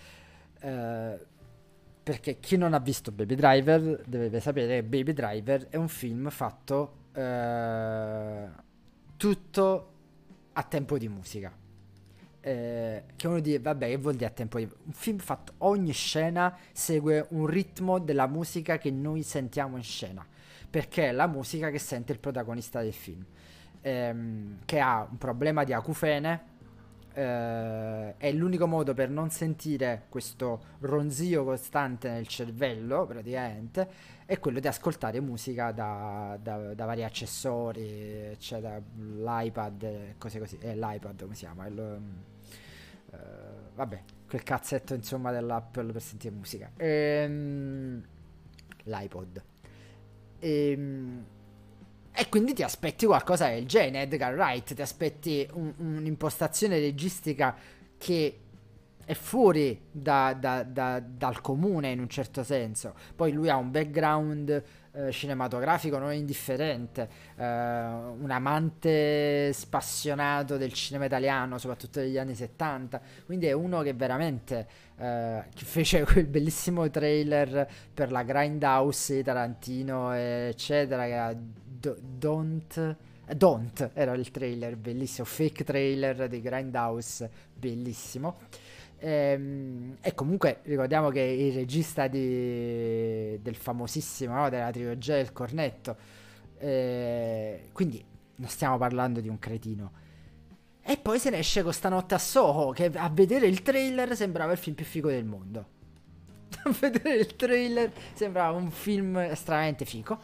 Eh, perché chi non ha visto Baby Driver deve sapere che Baby Driver è un film fatto eh, tutto a tempo di musica. Eh, che uno dice, vabbè, che vuol dire a tempo di... Un film fatto, ogni scena segue un ritmo della musica che noi sentiamo in scena, perché è la musica che sente il protagonista del film, ehm, che ha un problema di acufene, eh, è l'unico modo per non sentire questo ronzio costante nel cervello, praticamente, è quello di ascoltare musica da, da- da vari accessori, cioè da l'iPad, e cose così, e l'iPad come si chiama? Il, eh, vabbè, quel cazzetto insomma dell'Apple per sentire musica. Ehm, L'iPod. Ehm, e quindi ti aspetti qualcosa del genere, Edgar Wright, ti aspetti un- un'impostazione registica che è fuori da- da- da- dal comune in un certo senso. Poi lui ha un background eh, cinematografico non indifferente, eh, un amante spassionato del cinema italiano, soprattutto degli anni settanta, quindi è uno che veramente eh, che fece quel bellissimo trailer per la Grindhouse di Tarantino, eccetera, che era Do- Don't... eh, Don't era il trailer, bellissimo, fake trailer di Grindhouse, bellissimo. Ehm, E, comunque ricordiamo che il regista di- del famosissimo, no, della trilogia del cornetto, eh, quindi non stiamo parlando di un cretino. E poi se ne esce con Stanotte a Soho, che a vedere il trailer sembrava il film più figo del mondo. A vedere il trailer sembrava un film estremamente figo.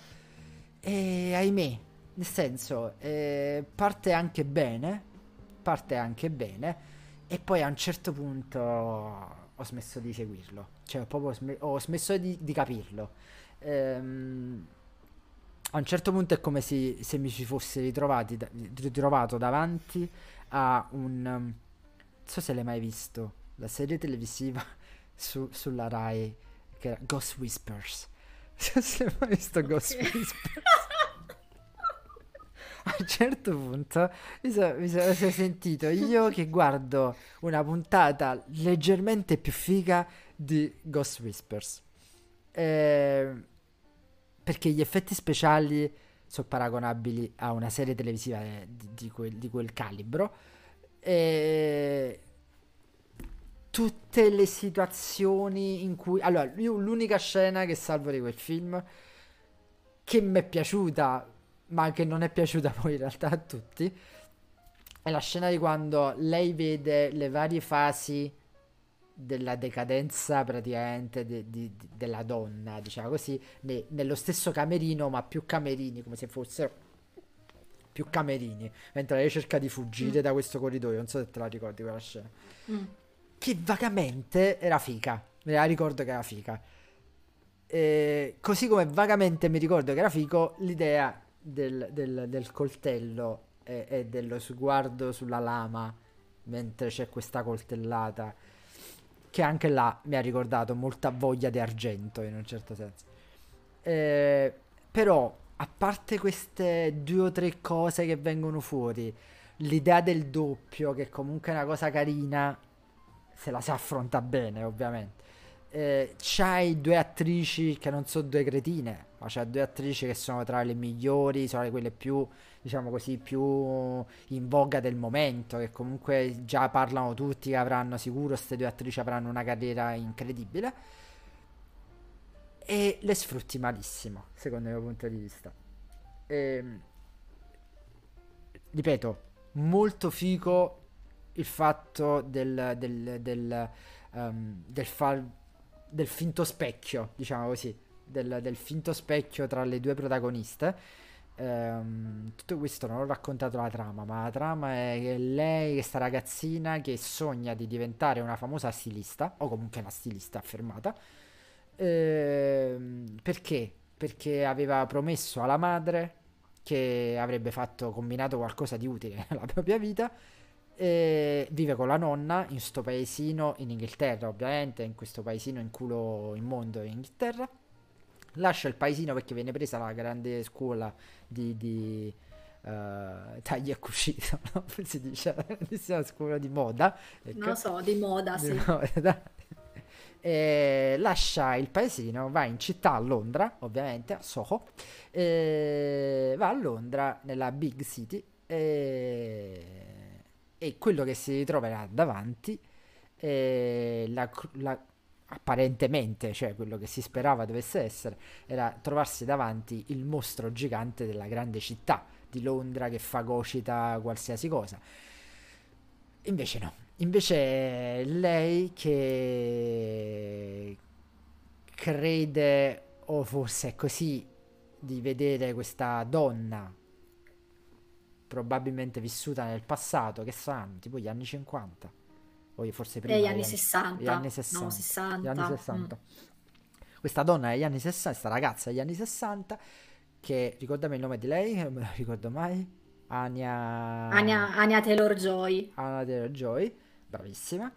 E ahimè, nel senso, eh, parte anche bene, parte anche bene, e poi a un certo punto ho smesso di seguirlo, cioè ho proprio sme- ho smesso di, di capirlo. Ehm, a un certo punto è come se, se mi ci fossi ritrovati, da- ritrovato davanti a un... um, non so se l'hai mai visto, la serie televisiva su- sulla Rai, che era Ghost Whispers. Non so se hai mai visto Ghost Ok. Whispers. A un certo punto mi sono mi so- mi sono sentito io che guardo una puntata leggermente più figa di Ghost Whispers. Eh, perché gli effetti speciali sono paragonabili a una serie televisiva eh, di, di quel, di quel calibro. E tutte le situazioni in cui... Allora, io l'unica scena che salvo di quel film, che mi è piaciuta, ma che non è piaciuta poi in realtà a tutti, è la scena di quando lei vede le varie fasi della decadenza praticamente de- di- di- della donna, diciamo così, ne- nello stesso camerino, ma più camerini, come se fossero più camerini, mentre lei cerca di fuggire Mm. da questo corridoio, non so se te la ricordi quella scena, Mm. che vagamente era fica, me la ricordo che era fica. E così come vagamente mi ricordo che era fico l'idea del, del- del coltello e, e dello sguardo sulla lama mentre c'è questa coltellata, che anche là mi ha ricordato molta voglia di argento in un certo senso. Eh, Però, a parte queste due o tre cose che vengono fuori, l'idea del doppio, che comunque è una cosa carina, se la si affronta bene, ovviamente. Eh, c'hai due attrici che non sono due cretine, ma c'hai due attrici che sono tra le migliori, sono quelle più, diciamo così, più in voga del momento, che comunque già parlano tutti che avranno sicuro, queste due attrici avranno una carriera incredibile, e le sfrutti malissimo, secondo il mio punto di vista. Ehm, Ripeto, molto figo il fatto del, del, del, ehm, del far, del finto specchio, diciamo così, del, del finto specchio tra le due protagoniste. Ehm, tutto questo non ho raccontato la trama, ma la trama è che lei, questa ragazzina che sogna di diventare una famosa stilista, o comunque una stilista affermata, ehm, perché? Perché aveva promesso alla madre che avrebbe fatto, combinato qualcosa di utile nella propria vita. E vive con la nonna in sto paesino in Inghilterra, ovviamente, in questo paesino in culo immondo in Inghilterra. Lascia il paesino perché viene presa la grande scuola di, di eh, tagli e cucito, no? Si dice, la grandissima scuola di moda, Non ecco, lo so, di moda, di sì. moda. E lascia il paesino, va in città a Londra, ovviamente, a Soho, e va a Londra, nella big city, e, e quello che si ritroverà davanti è la, cru- la- apparentemente, cioè quello che si sperava dovesse essere, era trovarsi davanti il mostro gigante della grande città di Londra che fagocita qualsiasi cosa. Invece no, invece è lei che crede, o forse è così, di vedere questa donna probabilmente vissuta nel passato, che saranno tipo gli anni cinquanta, o forse E gli prima, gli anni anni, gli anni sessanta, no, sessanta. Gli anni sessanta. Mm. sessanta. Questa donna degli anni sessanta, questa ragazza degli anni sessanta, che ricordami il nome di lei, non me lo ricordo mai. Anya. Anya, Anya Taylor-Joy. Anna Taylor-Joy, bravissima.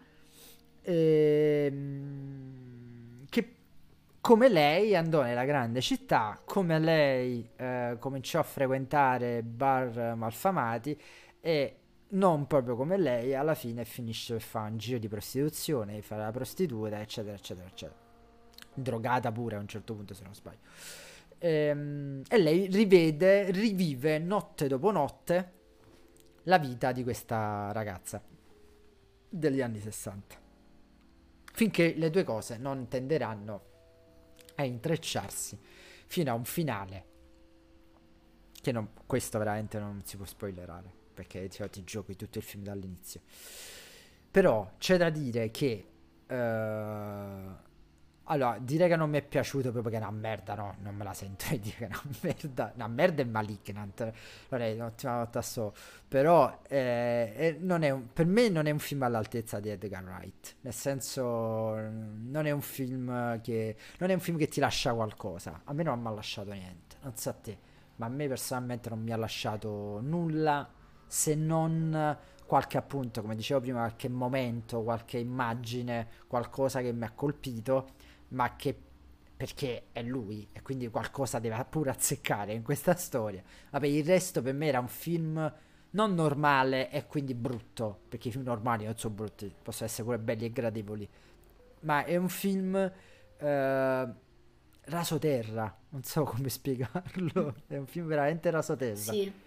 Ehm, che come lei andò nella grande città, come lei eh, cominciò a frequentare bar malfamati, e non proprio come lei, alla fine finisce per fare un giro di prostituzione, fare la prostituta, eccetera, eccetera, eccetera. Drogata pure a un certo punto, se non sbaglio. Ehm, e lei rivede, rivive notte dopo notte la vita di questa ragazza degli anni sessanta. Finché le due cose non tenderanno a intrecciarsi fino a un finale che non, questo veramente non si può spoilerare, perché ti, ti giochi tutto il film dall'inizio. Però c'è da dire che eh, allora, dire che non mi è piaciuto proprio che è una merda, no, non me la sento di dire che è una merda. Una merda è Malignant. Non è un'ottima volta so. Però eh, eh, non è un- per me non è un film all'altezza di Edgar Wright. Nel senso, mm, non è un film che non è un film che ti lascia qualcosa. A me non mi ha lasciato niente. Non so a te, ma a me personalmente non mi ha lasciato nulla, se non qualche appunto, come dicevo prima, qualche momento, qualche immagine, qualcosa che mi ha colpito, ma che perché è lui e quindi qualcosa deve pure azzeccare in questa storia. Vabbè, il resto per me era un film non normale e quindi brutto, perché i film normali non sono brutti, possono essere pure belli e gradevoli, ma è un film eh, rasoterra, non so come spiegarlo, è un film veramente rasoterra. Sì.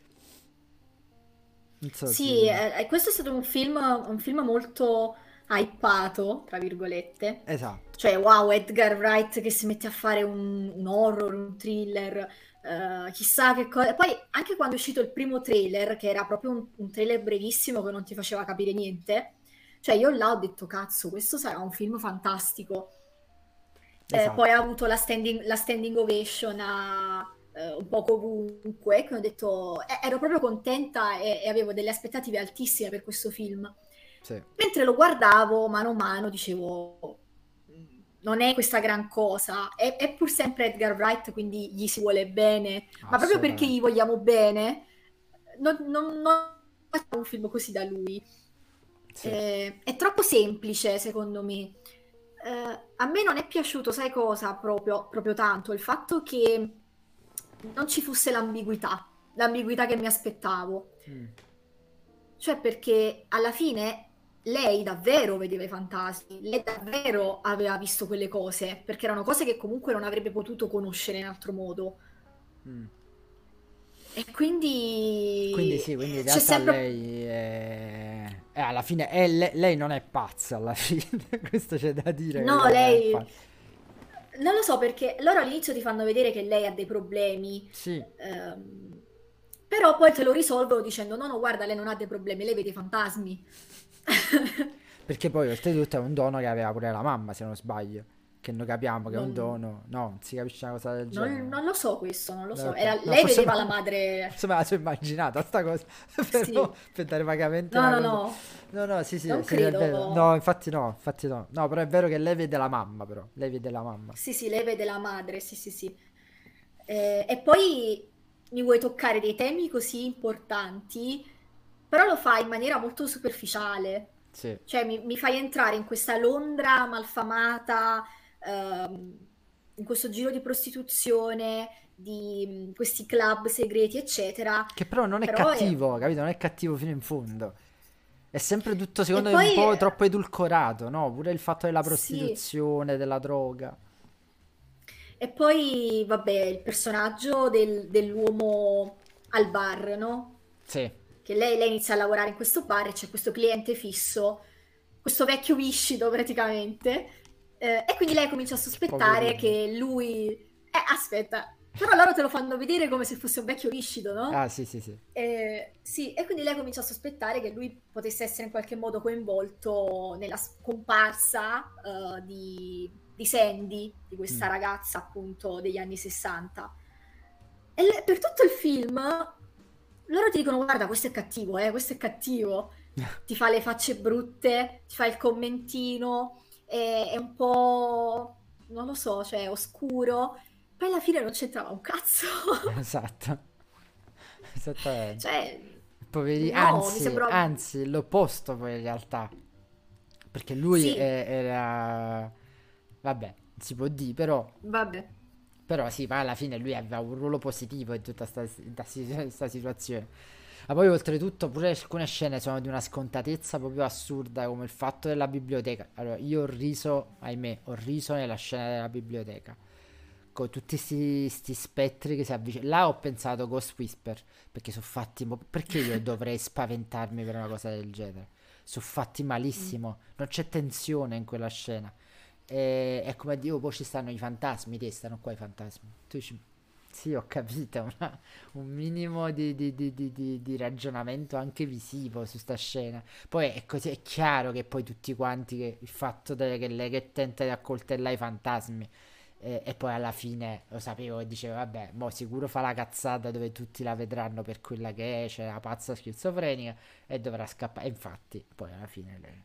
Non so Sì, se... eh, eh, questo è stato un film, un film molto hypato, tra virgolette. Esatto, Cioè, wow, Edgar Wright che si mette a fare un, un horror, un thriller, eh, chissà che cosa. Poi, anche quando è uscito il primo trailer, che era proprio un, un trailer brevissimo che non ti faceva capire niente, cioè io là ho detto, cazzo, questo sarà un film fantastico. Eh, poi ha esatto. avuto la standing, la standing ovation a, eh, un po' ovunque, quindi ho detto, eh, ero proprio contenta e, e avevo delle aspettative altissime per questo film. Sì, Mentre lo guardavo, mano a mano, dicevo, "Mm, non è questa gran cosa, è, è pur sempre Edgar Wright, quindi gli si vuole bene, ma proprio perché gli assolutamente. vogliamo bene, non, non, non facciamo un film così da lui. Sì. Eh, è troppo semplice, secondo me. Eh, a me non è piaciuto, sai cosa, proprio, proprio tanto, il fatto che non ci fosse l'ambiguità, l'ambiguità che mi aspettavo. Mm. Cioè, perché alla fine lei davvero vedeva i fantasmi, lei davvero aveva visto quelle cose, perché erano cose che comunque non avrebbe potuto conoscere in altro modo. Mm. E Quindi quindi sì, quindi in c'è realtà sempre... lei è... è alla fine è le- lei non è pazza alla fine, questo c'è da dire che No, lei non è lei... pazza. Non lo so perché loro all'inizio ti fanno vedere che lei ha dei problemi, Sì, ehm, però poi te lo risolvono dicendo no, no, guarda, lei non ha dei problemi, lei vede i fantasmi. perché poi oltretutto è un dono che aveva pure la mamma, se non sbaglio, che noi capiamo che è un Non, dono, no, non si capisce una cosa del non- genere. non lo so questo, non lo No, so. ok. Era- No, lei forse, vedeva me- la madre... forse me la sono immaginata sta cosa, però Sì, per dare vagamente no, una no, cosa. no, No, no, sì, sì, non sì, è vero. credo. No, infatti no, infatti no. No, però è vero che lei vede la mamma, però. Lei vede la mamma. Sì, sì, lei vede la madre, sì, sì, sì. Eh, e poi mi vuoi toccare dei temi così importanti, però lo fai in maniera molto superficiale. Sì. Cioè, mi, mi fai entrare in questa Londra malfamata, ehm, in questo giro di prostituzione, di mh, questi club segreti, eccetera. Che però non è Però è... cattivo, capito? Non è cattivo fino in fondo. È sempre tutto, E secondo me, un poi, po' eh, troppo edulcorato, no? Pure il fatto della sì, prostituzione, della droga. e poi, vabbè, il personaggio del- dell'uomo al bar, no? Sì, Che lei, lei inizia a lavorare in questo bar e c'è questo cliente fisso, questo vecchio viscido praticamente, eh, e quindi lei comincia a sospettare poverino. che lui... Eh, aspetta, però loro te lo fanno vedere come se fosse un vecchio viscido, no? Ah, sì, sì, sì. Eh, sì, e quindi lei comincia a sospettare che lui potesse essere in qualche modo coinvolto nella scomparsa, eh, di, di Sandy, di Mm. questa ragazza appunto degli anni sessanta. E le- per tutto il film loro ti dicono: Guarda, questo è cattivo, eh, questo è cattivo. Ti fa le facce brutte, ti fa il commentino, è, è un po', non lo so, cioè oscuro. Poi alla fine non c'entrava un cazzo. Esatto. Esattamente. Cioè, Poveri... no, mi Anzi, sembra... anzi, l'opposto poi in realtà. Perché lui Sì, è- era... Vabbè, si può dire, però... vabbè. Però sì, poi alla fine lui aveva un ruolo positivo in tutta questa situazione. Ma poi oltretutto pure alcune scene sono di una scontatezza proprio assurda, come il fatto della biblioteca. Allora, io ho riso, ahimè, ho riso nella scena della biblioteca. Con tutti questi spettri che si avvicinano. Là ho pensato Ghost Whisper, perché sono fatti... mo- Perché io dovrei spaventarmi per una cosa del genere? Sono fatti Mm. malissimo, non c'è tensione in quella scena. E è come dire, oh, poi ci stanno i fantasmi, te stanno qua i fantasmi. Tu dici, sì, ho capito, ma un minimo di, di- di- di- di- di ragionamento anche visivo su sta scena. Poi è così, è chiaro che poi tutti quanti, che il fatto de- che lei che tenta di accoltellare i fantasmi e, e poi alla fine lo sapevo e dicevo, vabbè, mo sicuro fa la cazzata dove tutti la vedranno per quella che è, cioè la pazza schizofrenica e dovrà scappare. E infatti, poi alla fine lei-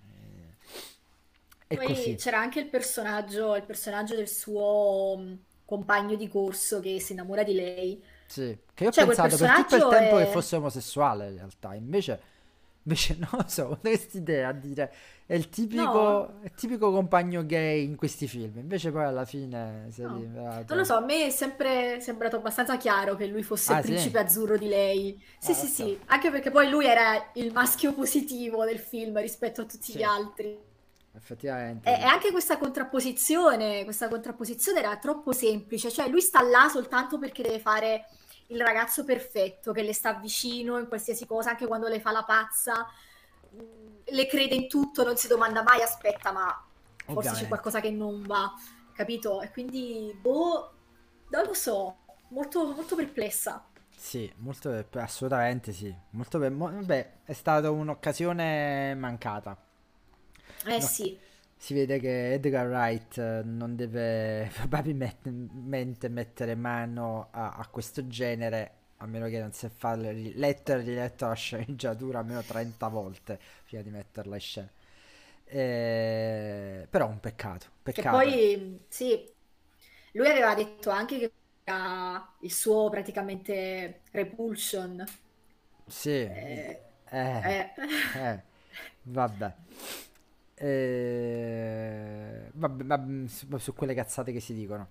è Poi così. c'era anche il personaggio, il personaggio del suo mh, compagno di corso che si innamora di lei. Sì, che io ho Cioè, quel pensato per tutto il personaggio tempo che è... fosse omosessuale in realtà, invece, invece non lo so, questa idea a dire è il No, tipico, è il tipico compagno gay in questi film, invece poi alla fine si è no. Non lo rivelato... so, a me è sempre sembrato abbastanza chiaro che lui fosse il Ah sì? principe azzurro di lei. Sì, Ah, sì, ok. sì, anche perché poi lui era il maschio positivo del film rispetto a tutti gli Sì, altri. effettivamente E, e sì. anche questa contrapposizione, questa contrapposizione era troppo semplice, cioè lui sta là soltanto perché deve fare il ragazzo perfetto, che le sta vicino in qualsiasi cosa, anche quando le fa la pazza, mh, le crede in tutto, non si domanda mai, aspetta, ma forse c'è Ovviamente. qualcosa che non va, capito? E quindi, boh, non lo so, molto, molto perplessa. Sì, molto, assolutamente sì. Molto be- mo- vabbè, è stata un'occasione mancata. Eh No- sì, Si vede che Edgar Wright eh, non deve probabilmente mettere mano a, a questo genere, a meno che non si fa le- letto e riletto la sceneggiatura almeno trenta volte prima di metterla in scena. Eh, però un peccato, Che peccato. poi, sì, lui aveva detto anche che era il suo praticamente Repulsion. Sì, Eh, eh, eh. eh, vabbè. Eh, vabbè, ma mm, su, su quelle cazzate che si dicono.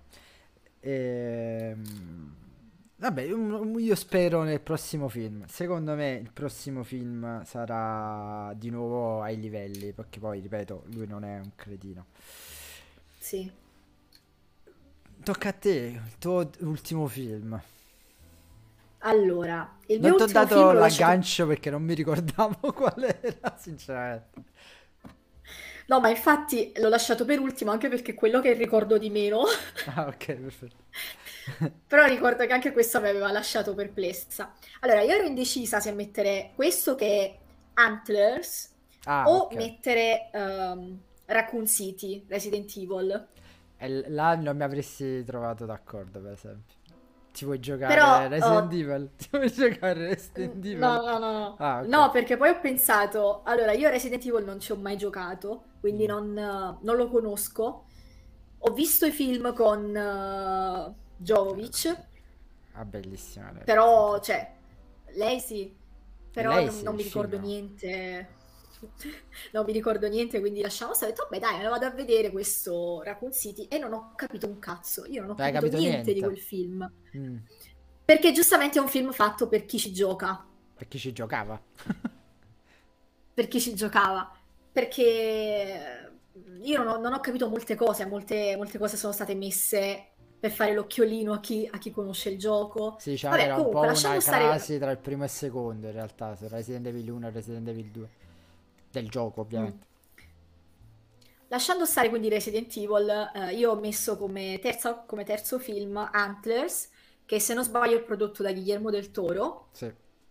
Ehm, vabbè, un- un- io spero nel prossimo film. Secondo me il prossimo film sarà di nuovo ai livelli, perché poi, ripeto, lui non è un cretino. Sì. Tocca a te, il tuo ultimo film. Allora, il Non mio ti ho ultimo film dato l'ho lasciato. l'aggancio perché non mi ricordavo qual era, sinceramente. No, ma infatti l'ho lasciato per ultimo anche perché è quello che ricordo di meno. Ah, ok, perfetto. Però ricordo che anche questo mi aveva lasciato perplessa. Allora, io ero indecisa se mettere questo che è Antlers Ah, o ok. mettere ehm, Raccoon City, Resident Evil. E l- là non mi avresti trovato d'accordo, per esempio. Ti vuoi Però giocare Resident oh, Evil? Ti vuoi giocare Resident no, Evil? no, no, no. Ah, ok. No, perché poi ho pensato, allora io Resident Evil non ci ho mai giocato, quindi Mm. non, eh, non lo conosco. Ho visto i film con eh, Jovovich, Ah, bellissima lei. però, cioè, lei sì, però Lei non, sì, non il mi film ricordo no. niente. Non mi ricordo niente, quindi lasciamo stare. Ho detto, vabbè, dai, me lo vado a vedere questo Raccoon City e non ho capito un cazzo. Io non ho Non hai capito capito niente di niente. quel film. Mm. Perché giustamente è un film fatto per chi ci gioca. Per chi ci giocava. Per chi ci giocava, perché io non ho, non ho capito molte cose, molte, molte cose sono state messe per fare l'occhiolino a chi, a chi conosce il gioco. Si diciamo che Vabbè, era un comunque, po' lasciando una stare, crasi tra il primo e il secondo, in realtà, su Resident Evil uno e Resident Evil due. Del gioco, mm, ovviamente. lasciando stare quindi Resident Evil, eh, io ho messo come, terza- come terzo film Antlers, che se non sbaglio è prodotto da Guillermo del Toro. Sì.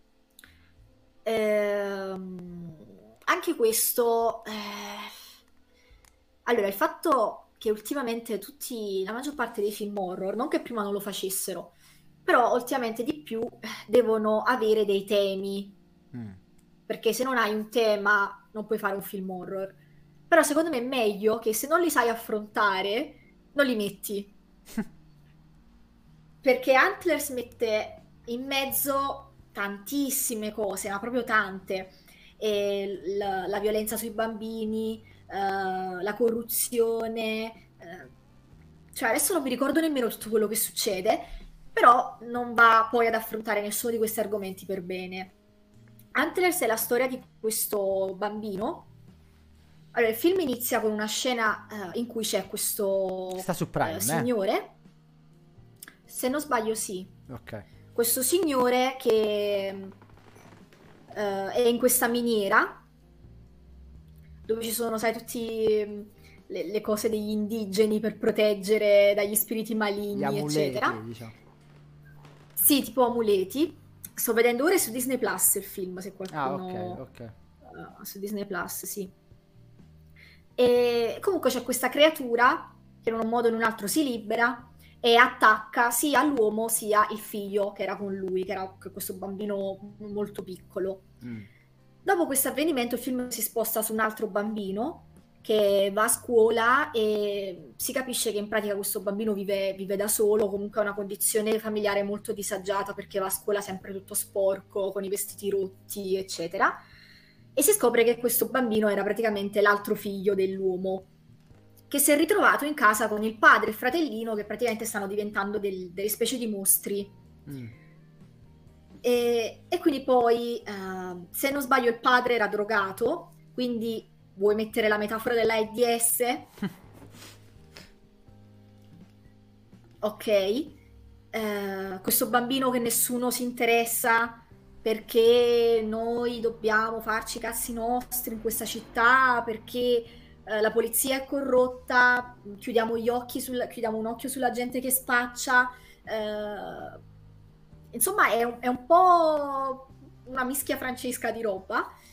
Ehm, anche questo, eh, allora, il fatto che ultimamente tutti, la maggior parte dei film horror, non che prima non lo facessero, però ultimamente di più eh, devono avere dei temi, Mm. perché se non hai un tema non puoi fare un film horror. Però secondo me è meglio che se non li sai affrontare, non li metti. Perché Antlers mette in mezzo tantissime cose, ma proprio tante. E la, la violenza sui bambini, eh, la corruzione. eh, cioè, adesso non mi ricordo nemmeno tutto quello che succede, però non va poi ad affrontare nessuno di questi argomenti per bene. Antlers è la storia di questo bambino. Allora, il film inizia con una scena eh, in cui c'è questo Sta su eh, Prime, eh? signore, se non sbaglio sì, Ok. questo signore che eh, è in questa miniera dove ci sono, sai, tutte le, le cose degli indigeni per proteggere dagli spiriti Gli maligni, amuleti, eccetera. diciamo. Sì, tipo amuleti. Sto vedendo ora è su Disney Plus il film, se Ah, ok, qualcuno... ok. eh, su Disney Plus, sì. E comunque c'è questa creatura che in un modo o in un altro si libera e attacca sia l'uomo sia il figlio che era con lui, che era questo bambino molto piccolo. Mm. Dopo questo avvenimento il film si sposta su un altro bambino che va a scuola e si capisce che in pratica questo bambino vive, vive da solo, comunque ha una condizione familiare molto disagiata perché va a scuola sempre tutto sporco, con i vestiti rotti, eccetera. E si scopre che questo bambino era praticamente l'altro figlio dell'uomo, che si è ritrovato in casa con il padre e il fratellino che praticamente stanno diventando del- delle specie di mostri. Mm. E, e quindi poi, eh, se non sbaglio, il padre era drogato, quindi vuoi mettere la metafora dell'AIDS? Ok. Eh, questo bambino che nessuno si interessa perché noi dobbiamo farci i cazzi nostri in questa città, perché eh, la polizia è corrotta, chiudiamo gli occhi sul- chiudiamo un occhio sulla gente che spaccia. eh, insomma, è un, è un po' una mischia francesca di roba. Mm.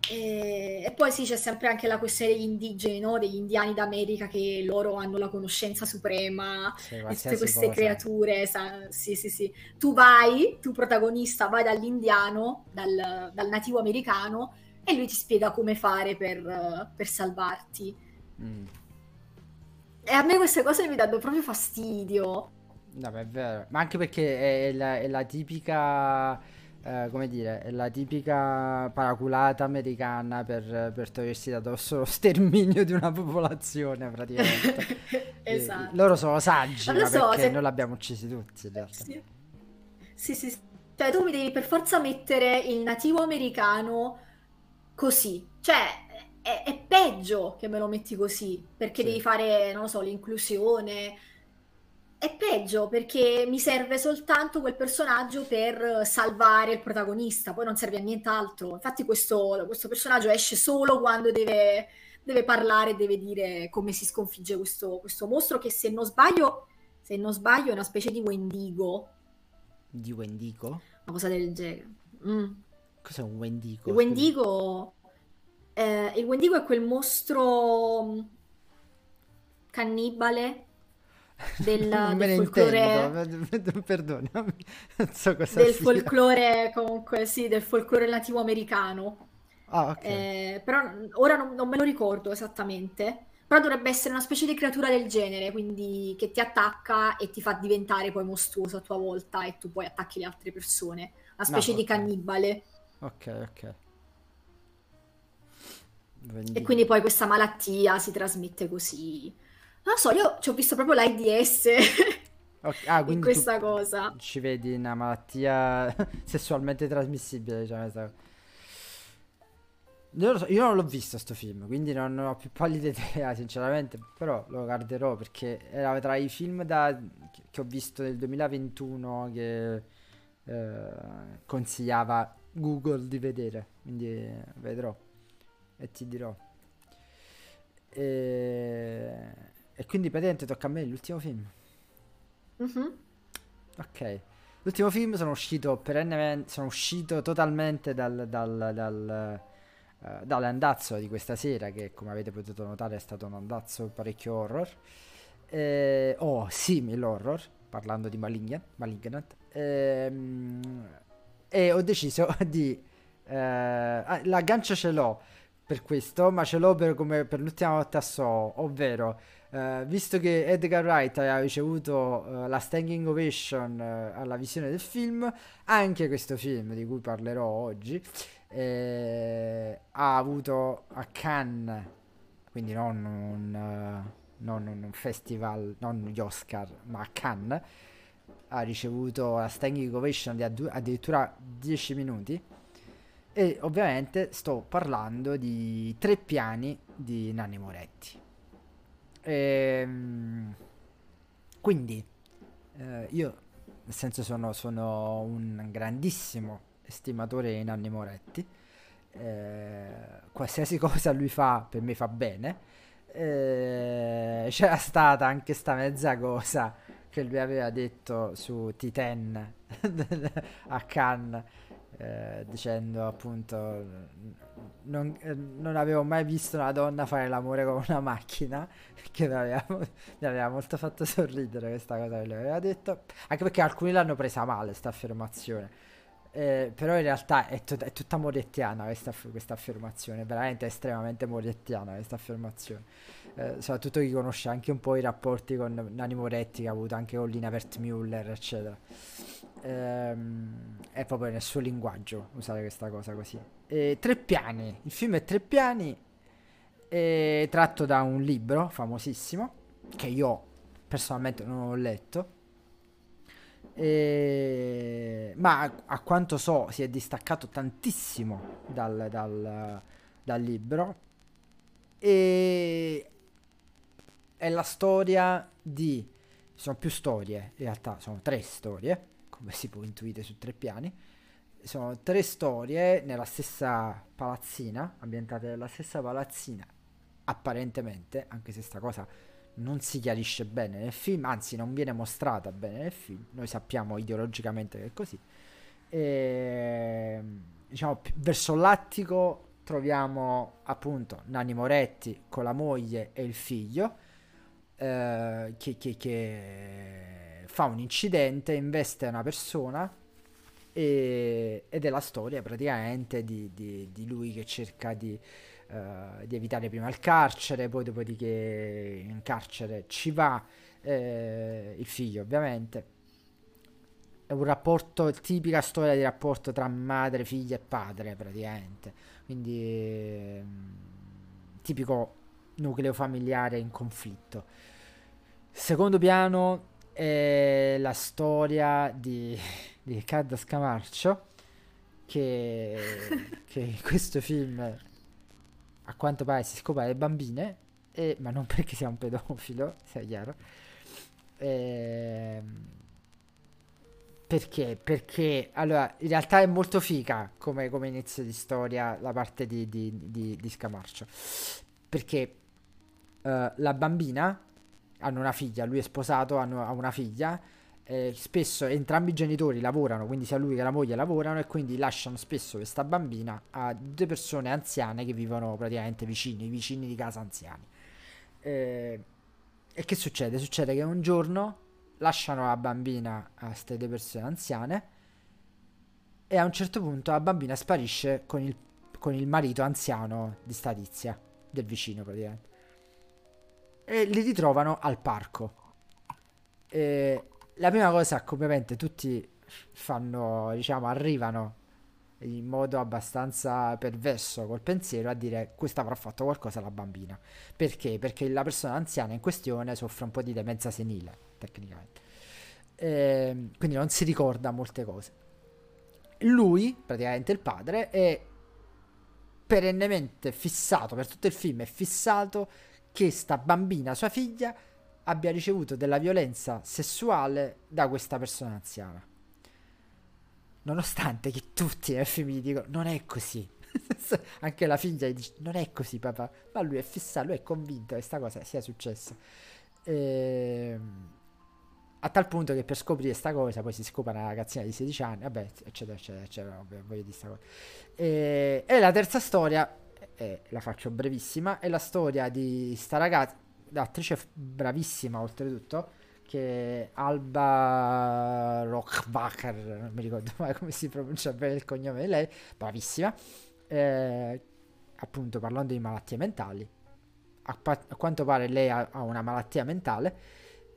E, e poi sì, c'è sempre anche la questione degli indigeni, no? Degli indiani d'America, che loro hanno la conoscenza suprema Sì, di tutte qualsiasi queste cosa. creature. sa- Sì, sì, sì. Tu vai, tu protagonista, vai dall'indiano, dal, dal nativo americano, e lui ti spiega come fare per, eh, per salvarti. Mm. E a me queste cose mi danno proprio fastidio. No, ma è vero. Ma anche perché è la, è la tipica, eh, come dire, è la tipica paraculata americana per, per togliersi da dosso lo sterminio di una popolazione, praticamente. Eh, loro Esatto. sono saggi, Non lo ma so, perché noi se... l'abbiamo uccisi tutti, in realtà. Sì. Sì, sì, sì. Cioè tu mi devi per forza mettere il nativo americano così. Cioè, è, è peggio che me lo metti così, perché Sì. devi fare, non lo so, l'inclusione. È peggio perché mi serve soltanto quel personaggio per salvare il protagonista, poi non serve a nient'altro. Infatti questo, questo personaggio esce solo quando deve, deve parlare, deve dire come si sconfigge questo, questo mostro che se non sbaglio, se non sbaglio è una specie di Wendigo, Di Wendigo? una cosa del genere. Mm. Cos'è un Il Wendigo? Scusa. Wendigo, eh, il Wendigo è quel mostro mm, cannibale Non del, me del ne intendo, folklore, perdonami, non so cosa del sia. folklore, comunque sì, del folklore nativo americano. Ah, ok. Eh, però ora non, non me lo ricordo esattamente. Però dovrebbe essere una specie di creatura del genere, quindi che ti attacca e ti fa diventare poi mostruoso a tua volta e tu poi attacchi le altre persone. Una No, specie di ok. cannibale. Ok, ok. E Wendigo. quindi poi questa malattia si trasmette così. Non lo so, io ci ho visto proprio l'AIDS Ok, ah, in quindi tu questa cosa. ci vedi una malattia sessualmente trasmissibile, diciamo. questa- Io, lo so- io non l'ho visto sto film, quindi non ho più pallida idea, sinceramente, però lo guarderò perché era tra i film da- che che ho visto nel duemilaventuno che eh, consigliava Google di vedere, quindi eh, vedrò e ti dirò. E, e quindi praticamente tocca a me l'ultimo film. Mhm. Ok. L'ultimo film sono uscito perennemente, sono uscito totalmente dal, dal, dal, eh, dall'andazzo di questa sera, che come avete potuto notare è stato un andazzo parecchio horror. Eh, oh, simil horror, parlando di Malignant. Malignant. Ehm, e ho deciso di... eh, ah, l'aggancio ce l'ho per questo, ma ce l'ho per, come per l'ultima volta so, ovvero... Eh, visto che Edgar Wright ha ricevuto eh, la standing ovation eh, alla visione del film, anche questo film di cui parlerò oggi eh, ha avuto a Cannes, quindi non un, eh, non un festival, non gli Oscar, ma a Cannes, ha ricevuto la standing ovation di addu- addirittura dieci minuti. E ovviamente sto parlando di Tre piani di Nanni Moretti. Ehm, quindi eh, io, nel senso, sono, sono un grandissimo estimatore di Nanni Moretti. Eh, qualsiasi cosa lui fa per me fa bene. Eh, c'era stata anche sta mezza cosa che lui aveva detto su T dieci a Cannes, eh, dicendo appunto non, eh, non avevo mai visto una donna fare l'amore con una macchina, che mi aveva, mi aveva molto fatto sorridere questa cosa che lui aveva detto, anche perché alcuni l'hanno presa male questa affermazione. Eh, però in realtà è, tut- è tutta morettiana questa, aff- questa affermazione, veramente estremamente morettiana questa affermazione. Eh, soprattutto chi conosce anche un po' i rapporti con Nani Moretti che ha avuto anche con Lina Wertmüller, eccetera. Ehm, è proprio nel suo linguaggio usare questa cosa così. E Tre piani, il film è Tre piani, è tratto da un libro famosissimo che io personalmente non ho letto. E- ma a, a quanto so si è distaccato tantissimo dal, dal- dal libro e è la storia di... sono più storie, in realtà sono tre storie, come si può intuire su tre piani. Sono tre storie nella stessa palazzina, ambientate nella stessa palazzina, apparentemente, anche se sta cosa non si chiarisce bene nel film, anzi non viene mostrata bene nel film, noi sappiamo ideologicamente che è così. E, diciamo, pi- verso l'attico troviamo appunto Nanni Moretti con la moglie e il figlio, eh, che, che- che fa un incidente, investe una persona, e- ed è la storia praticamente di, di- di lui che cerca di, eh, di evitare prima il carcere, poi dopodiché in carcere ci va, eh, il figlio ovviamente. È un rapporto, tipica storia di rapporto tra madre, figlia e padre praticamente, quindi ehm, tipico nucleo familiare in conflitto. Secondo piano è la storia di, di Riccardo Scamarcio, che, che in questo film a quanto pare si scopa le bambine, e- ma non perché sia un pedofilo, sia chiaro. Ehm, perché? Perché allora in realtà è molto figa come, come inizio di storia la parte di, di, di, di Scamarcio. Perché eh, la bambina hanno una figlia, lui è sposato, hanno, ha una figlia. Eh, spesso entrambi i genitori lavorano, quindi sia lui che la moglie lavorano, e quindi lasciano spesso questa bambina a due persone anziane che vivono praticamente vicini, i vicini di casa anziani. Eh, e che succede? Succede che un giorno lasciano la bambina a queste due persone anziane, e a un certo punto la bambina sparisce con il, con il marito anziano di sta tizia, del vicino praticamente. E li ritrovano al parco. E la prima cosa che ovviamente tutti fanno, diciamo, arrivano in modo abbastanza perverso col pensiero a dire: questa avrà fatto qualcosa alla bambina. Perché? Perché la persona anziana in questione soffre un po' di demenza senile, tecnicamente. Ehm, quindi non si ricorda molte cose. Lui, praticamente il padre, è perennemente fissato, per tutto il film è fissato che sta bambina, sua figlia, abbia ricevuto della violenza sessuale da questa persona anziana. Nonostante che tutti nel film gli dicono: non è così. Anche la figlia gli dice: non è così papà. Ma lui è fissato, lui è convinto che questa cosa sia successa. Ehm, A tal punto che per scoprire sta cosa poi si scopre una ragazzina di sedici anni, vabbè, eccetera, eccetera, eccetera, vabbè, voglio dire sta cosa. E, e la terza storia, eh, la faccio brevissima, è la storia di sta ragazza, l'attrice f- bravissima oltretutto, che è Alba Rockbacher, non mi ricordo mai come si pronuncia bene il cognome di lei, bravissima, eh, appunto parlando di malattie mentali. A, pa- a quanto pare lei ha, ha una malattia mentale,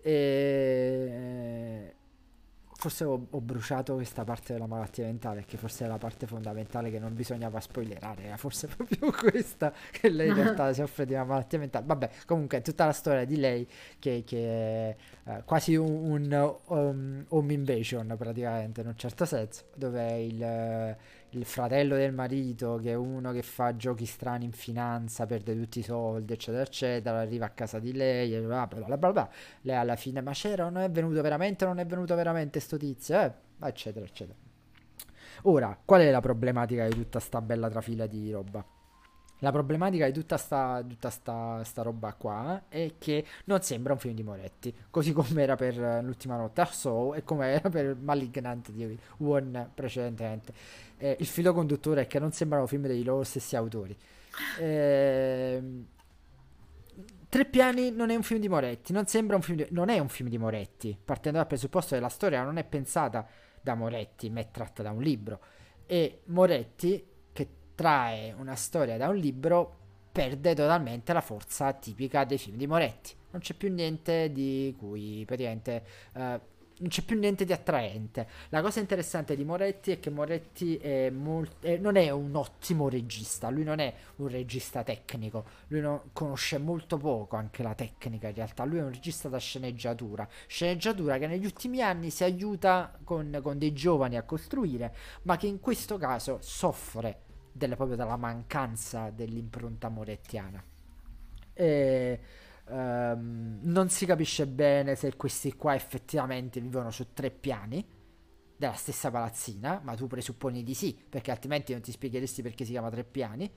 e forse ho, ho bruciato questa parte della malattia mentale, che forse è la parte fondamentale che non bisognava spoilerare, era forse proprio questa, che lei in realtà soffre di una malattia mentale. Vabbè, comunque è tutta la storia di lei che, che è eh, quasi un, un um, home invasion praticamente, in un certo senso, dove il, eh, il fratello del marito, che è uno che fa giochi strani in finanza, perde tutti i soldi, eccetera, eccetera, arriva a casa di lei, e bla bla bla bla bla. Lei alla fine: ma c'era, non è venuto veramente, non è venuto veramente sto tizio, eh? Eccetera, eccetera. Ora, qual è la problematica di tutta sta bella trafila di roba? La problematica di tutta sta, tutta sta, sta roba qua è che non sembra un film di Moretti, così come era per eh, L'ultima notte a Soho e come era per Malignant di Won precedentemente. Eh, il filo conduttore è che non sembrano film dei loro stessi autori. Ehm, Tre piani non è un film di Moretti, non sembra un film di, non è un film di Moretti, partendo dal presupposto che la storia non è pensata da Moretti, ma è tratta da un libro. E Moretti, che trae una storia da un libro, perde totalmente la forza tipica dei film di Moretti. Non c'è più niente di cui praticamente eh, non c'è più niente di attraente. La cosa interessante di Moretti è che Moretti è molt- eh, non è un ottimo regista, lui non è un regista tecnico, lui non- conosce molto poco anche la tecnica in realtà, lui è un regista da sceneggiatura, sceneggiatura che negli ultimi anni si aiuta con, con dei giovani a costruire, ma che in questo caso soffre delle- proprio della mancanza dell'impronta morettiana. E ehm, non si capisce bene se questi qua effettivamente vivono su tre piani della stessa palazzina, ma tu presupponi di sì, perché altrimenti non ti spiegheresti perché si chiama tre piani.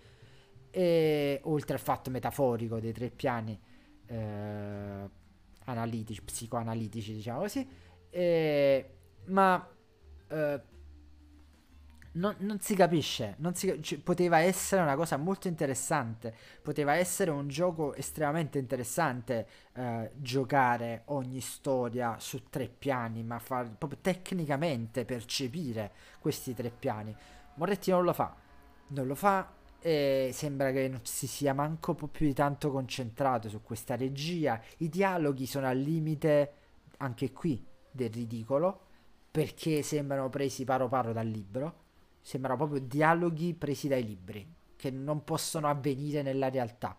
E oltre al fatto metaforico dei tre piani eh, analitici, psicoanalitici, diciamo così, e- ma eh, non, non si capisce, non si, cioè, poteva essere una cosa molto interessante, poteva essere un gioco estremamente interessante, eh, giocare ogni storia su tre piani, ma far proprio tecnicamente percepire questi tre piani. Moretti non lo fa, non lo fa e sembra che non si sia manco un po' più di tanto concentrato su questa regia, i dialoghi sono al limite anche qui del ridicolo perché sembrano presi paro paro dal libro. Sembrano proprio dialoghi presi dai libri che non possono avvenire nella realtà.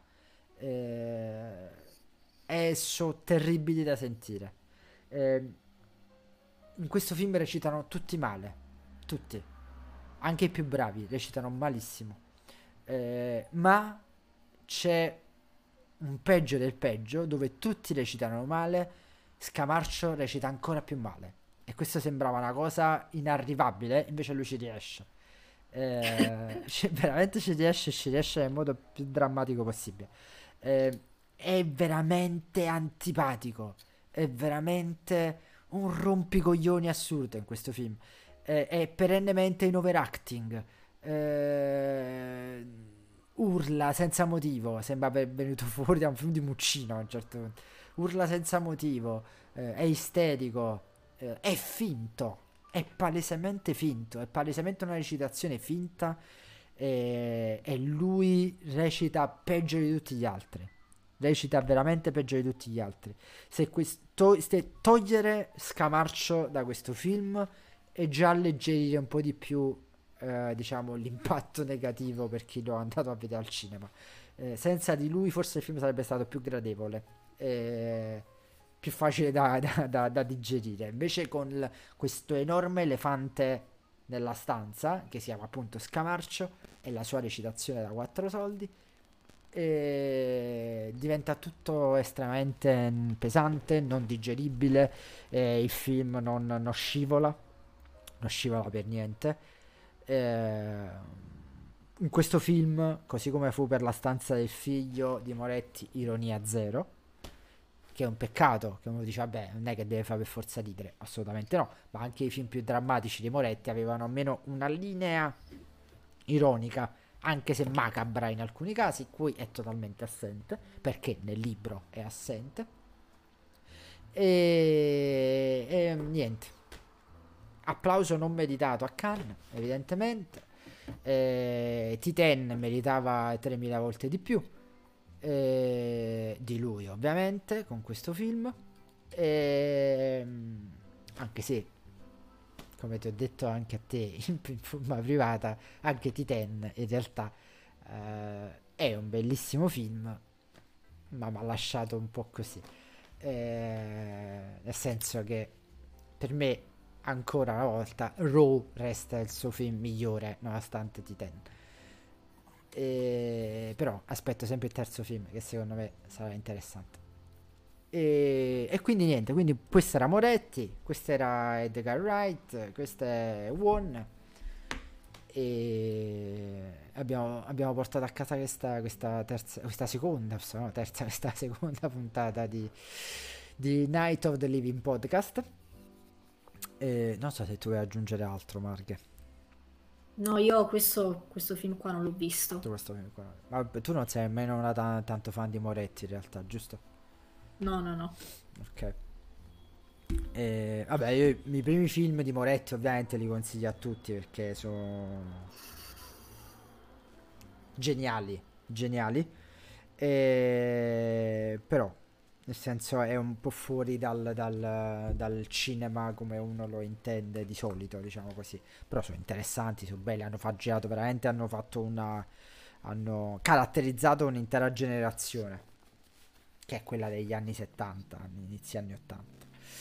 Eh, e sono terribili da sentire. Eh, in questo film recitano tutti male, tutti, anche i più bravi recitano malissimo. Eh, ma c'è un peggio del peggio dove tutti recitano male, Scamarcio recita ancora più male. E questo sembrava una cosa inarrivabile, invece lui ci riesce. Eh, ci- veramente ci riesce, ci riesce nel modo più drammatico possibile. Eh, è veramente antipatico, è veramente un rompicoglioni assurdo in questo film. Eh, è perennemente in overacting. Eh, urla senza motivo, sembra aver venuto fuori da un film di Muccino a un certo punto. Urla senza motivo, eh, è isterico, eh, è finto, è palesemente finto, è palesemente una recitazione finta e, e lui recita peggio di tutti gli altri. Recita veramente peggio di tutti gli altri. Se, questo, se togliere Scamarcio da questo film e già alleggerire un po' di più, eh, diciamo, l'impatto negativo per chi lo è andato a vedere al cinema. Eh, senza di lui forse il film sarebbe stato più gradevole, eh, più facile da, da- da- da digerire. Invece con l- questo enorme elefante nella stanza, che si chiama appunto Scamarcio, e la sua recitazione da quattro soldi, e diventa tutto estremamente mm, pesante, non digeribile, e il film non, non scivola, non scivola per niente. Eh, in questo film, così come fu per La stanza del figlio di Moretti, ironia zero, che è un peccato, che uno dice vabbè non è che deve fare per forza ridere, assolutamente no, ma anche i film più drammatici di Moretti avevano almeno una linea ironica, anche se macabra in alcuni casi, qui è totalmente assente, perché nel libro è assente. E, e niente, applauso non meritato a Cannes, evidentemente. Eh, Titen meritava tremila volte di più, eh, di lui ovviamente, con questo film. Ehm, anche se, come ti ho detto anche a te in, in forma privata, anche Titen in realtà eh, è un bellissimo film, ma mi ha lasciato un po' così. Eh, nel senso che per me, ancora una volta, Raw resta il suo film migliore nonostante Titen. E- però aspetto sempre il terzo film che secondo me sarà interessante. E, e quindi niente, quindi questo era Moretti, questo era Edgar Wright, questo è One. E abbiamo, abbiamo portato a casa questa, questa terza, questa seconda, no, terza, questa seconda puntata di, di Night of the Living Podcast. E non so se tu vuoi aggiungere altro, Marghe. No, io questo, questo film qua non l'ho visto. Tu, questo film qua. Ma vabbè, tu non sei nemmeno una ta- tanto fan di Moretti in realtà, giusto? No, no, no. Ok. E, vabbè, io i primi film di Moretti ovviamente li consiglio a tutti perché sono geniali, geniali. E, però, nel senso, è un po' fuori dal, dal- dal cinema come uno lo intende di solito, diciamo così. Però sono interessanti, sono belli, hanno fagiato veramente, hanno fatto una... hanno caratterizzato un'intera generazione, che è quella degli anni settanta, anni- inizi anni ottanta.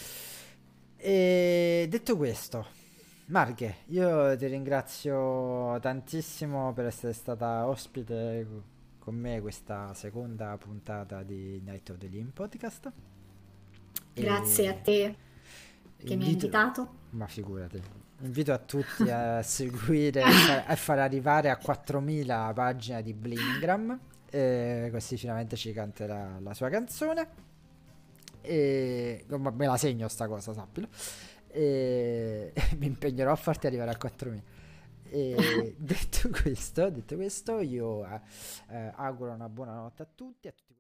E detto questo, Marghe, io ti ringrazio tantissimo per essere stata ospite con me questa seconda puntata di Night of the Living Podcast. Grazie a E te che mi hai invito, invitato. ma figurati, invito a tutti a seguire e far, a far arrivare a quattromila la pagina di Blingram, eh, così finalmente ci canterà la sua canzone. E ma me la segno sta cosa, sappilo. E mi impegnerò a farti arrivare a quattromila. E detto questo, detto questo, io eh, eh, auguro una buona notte a tutti, a tutti.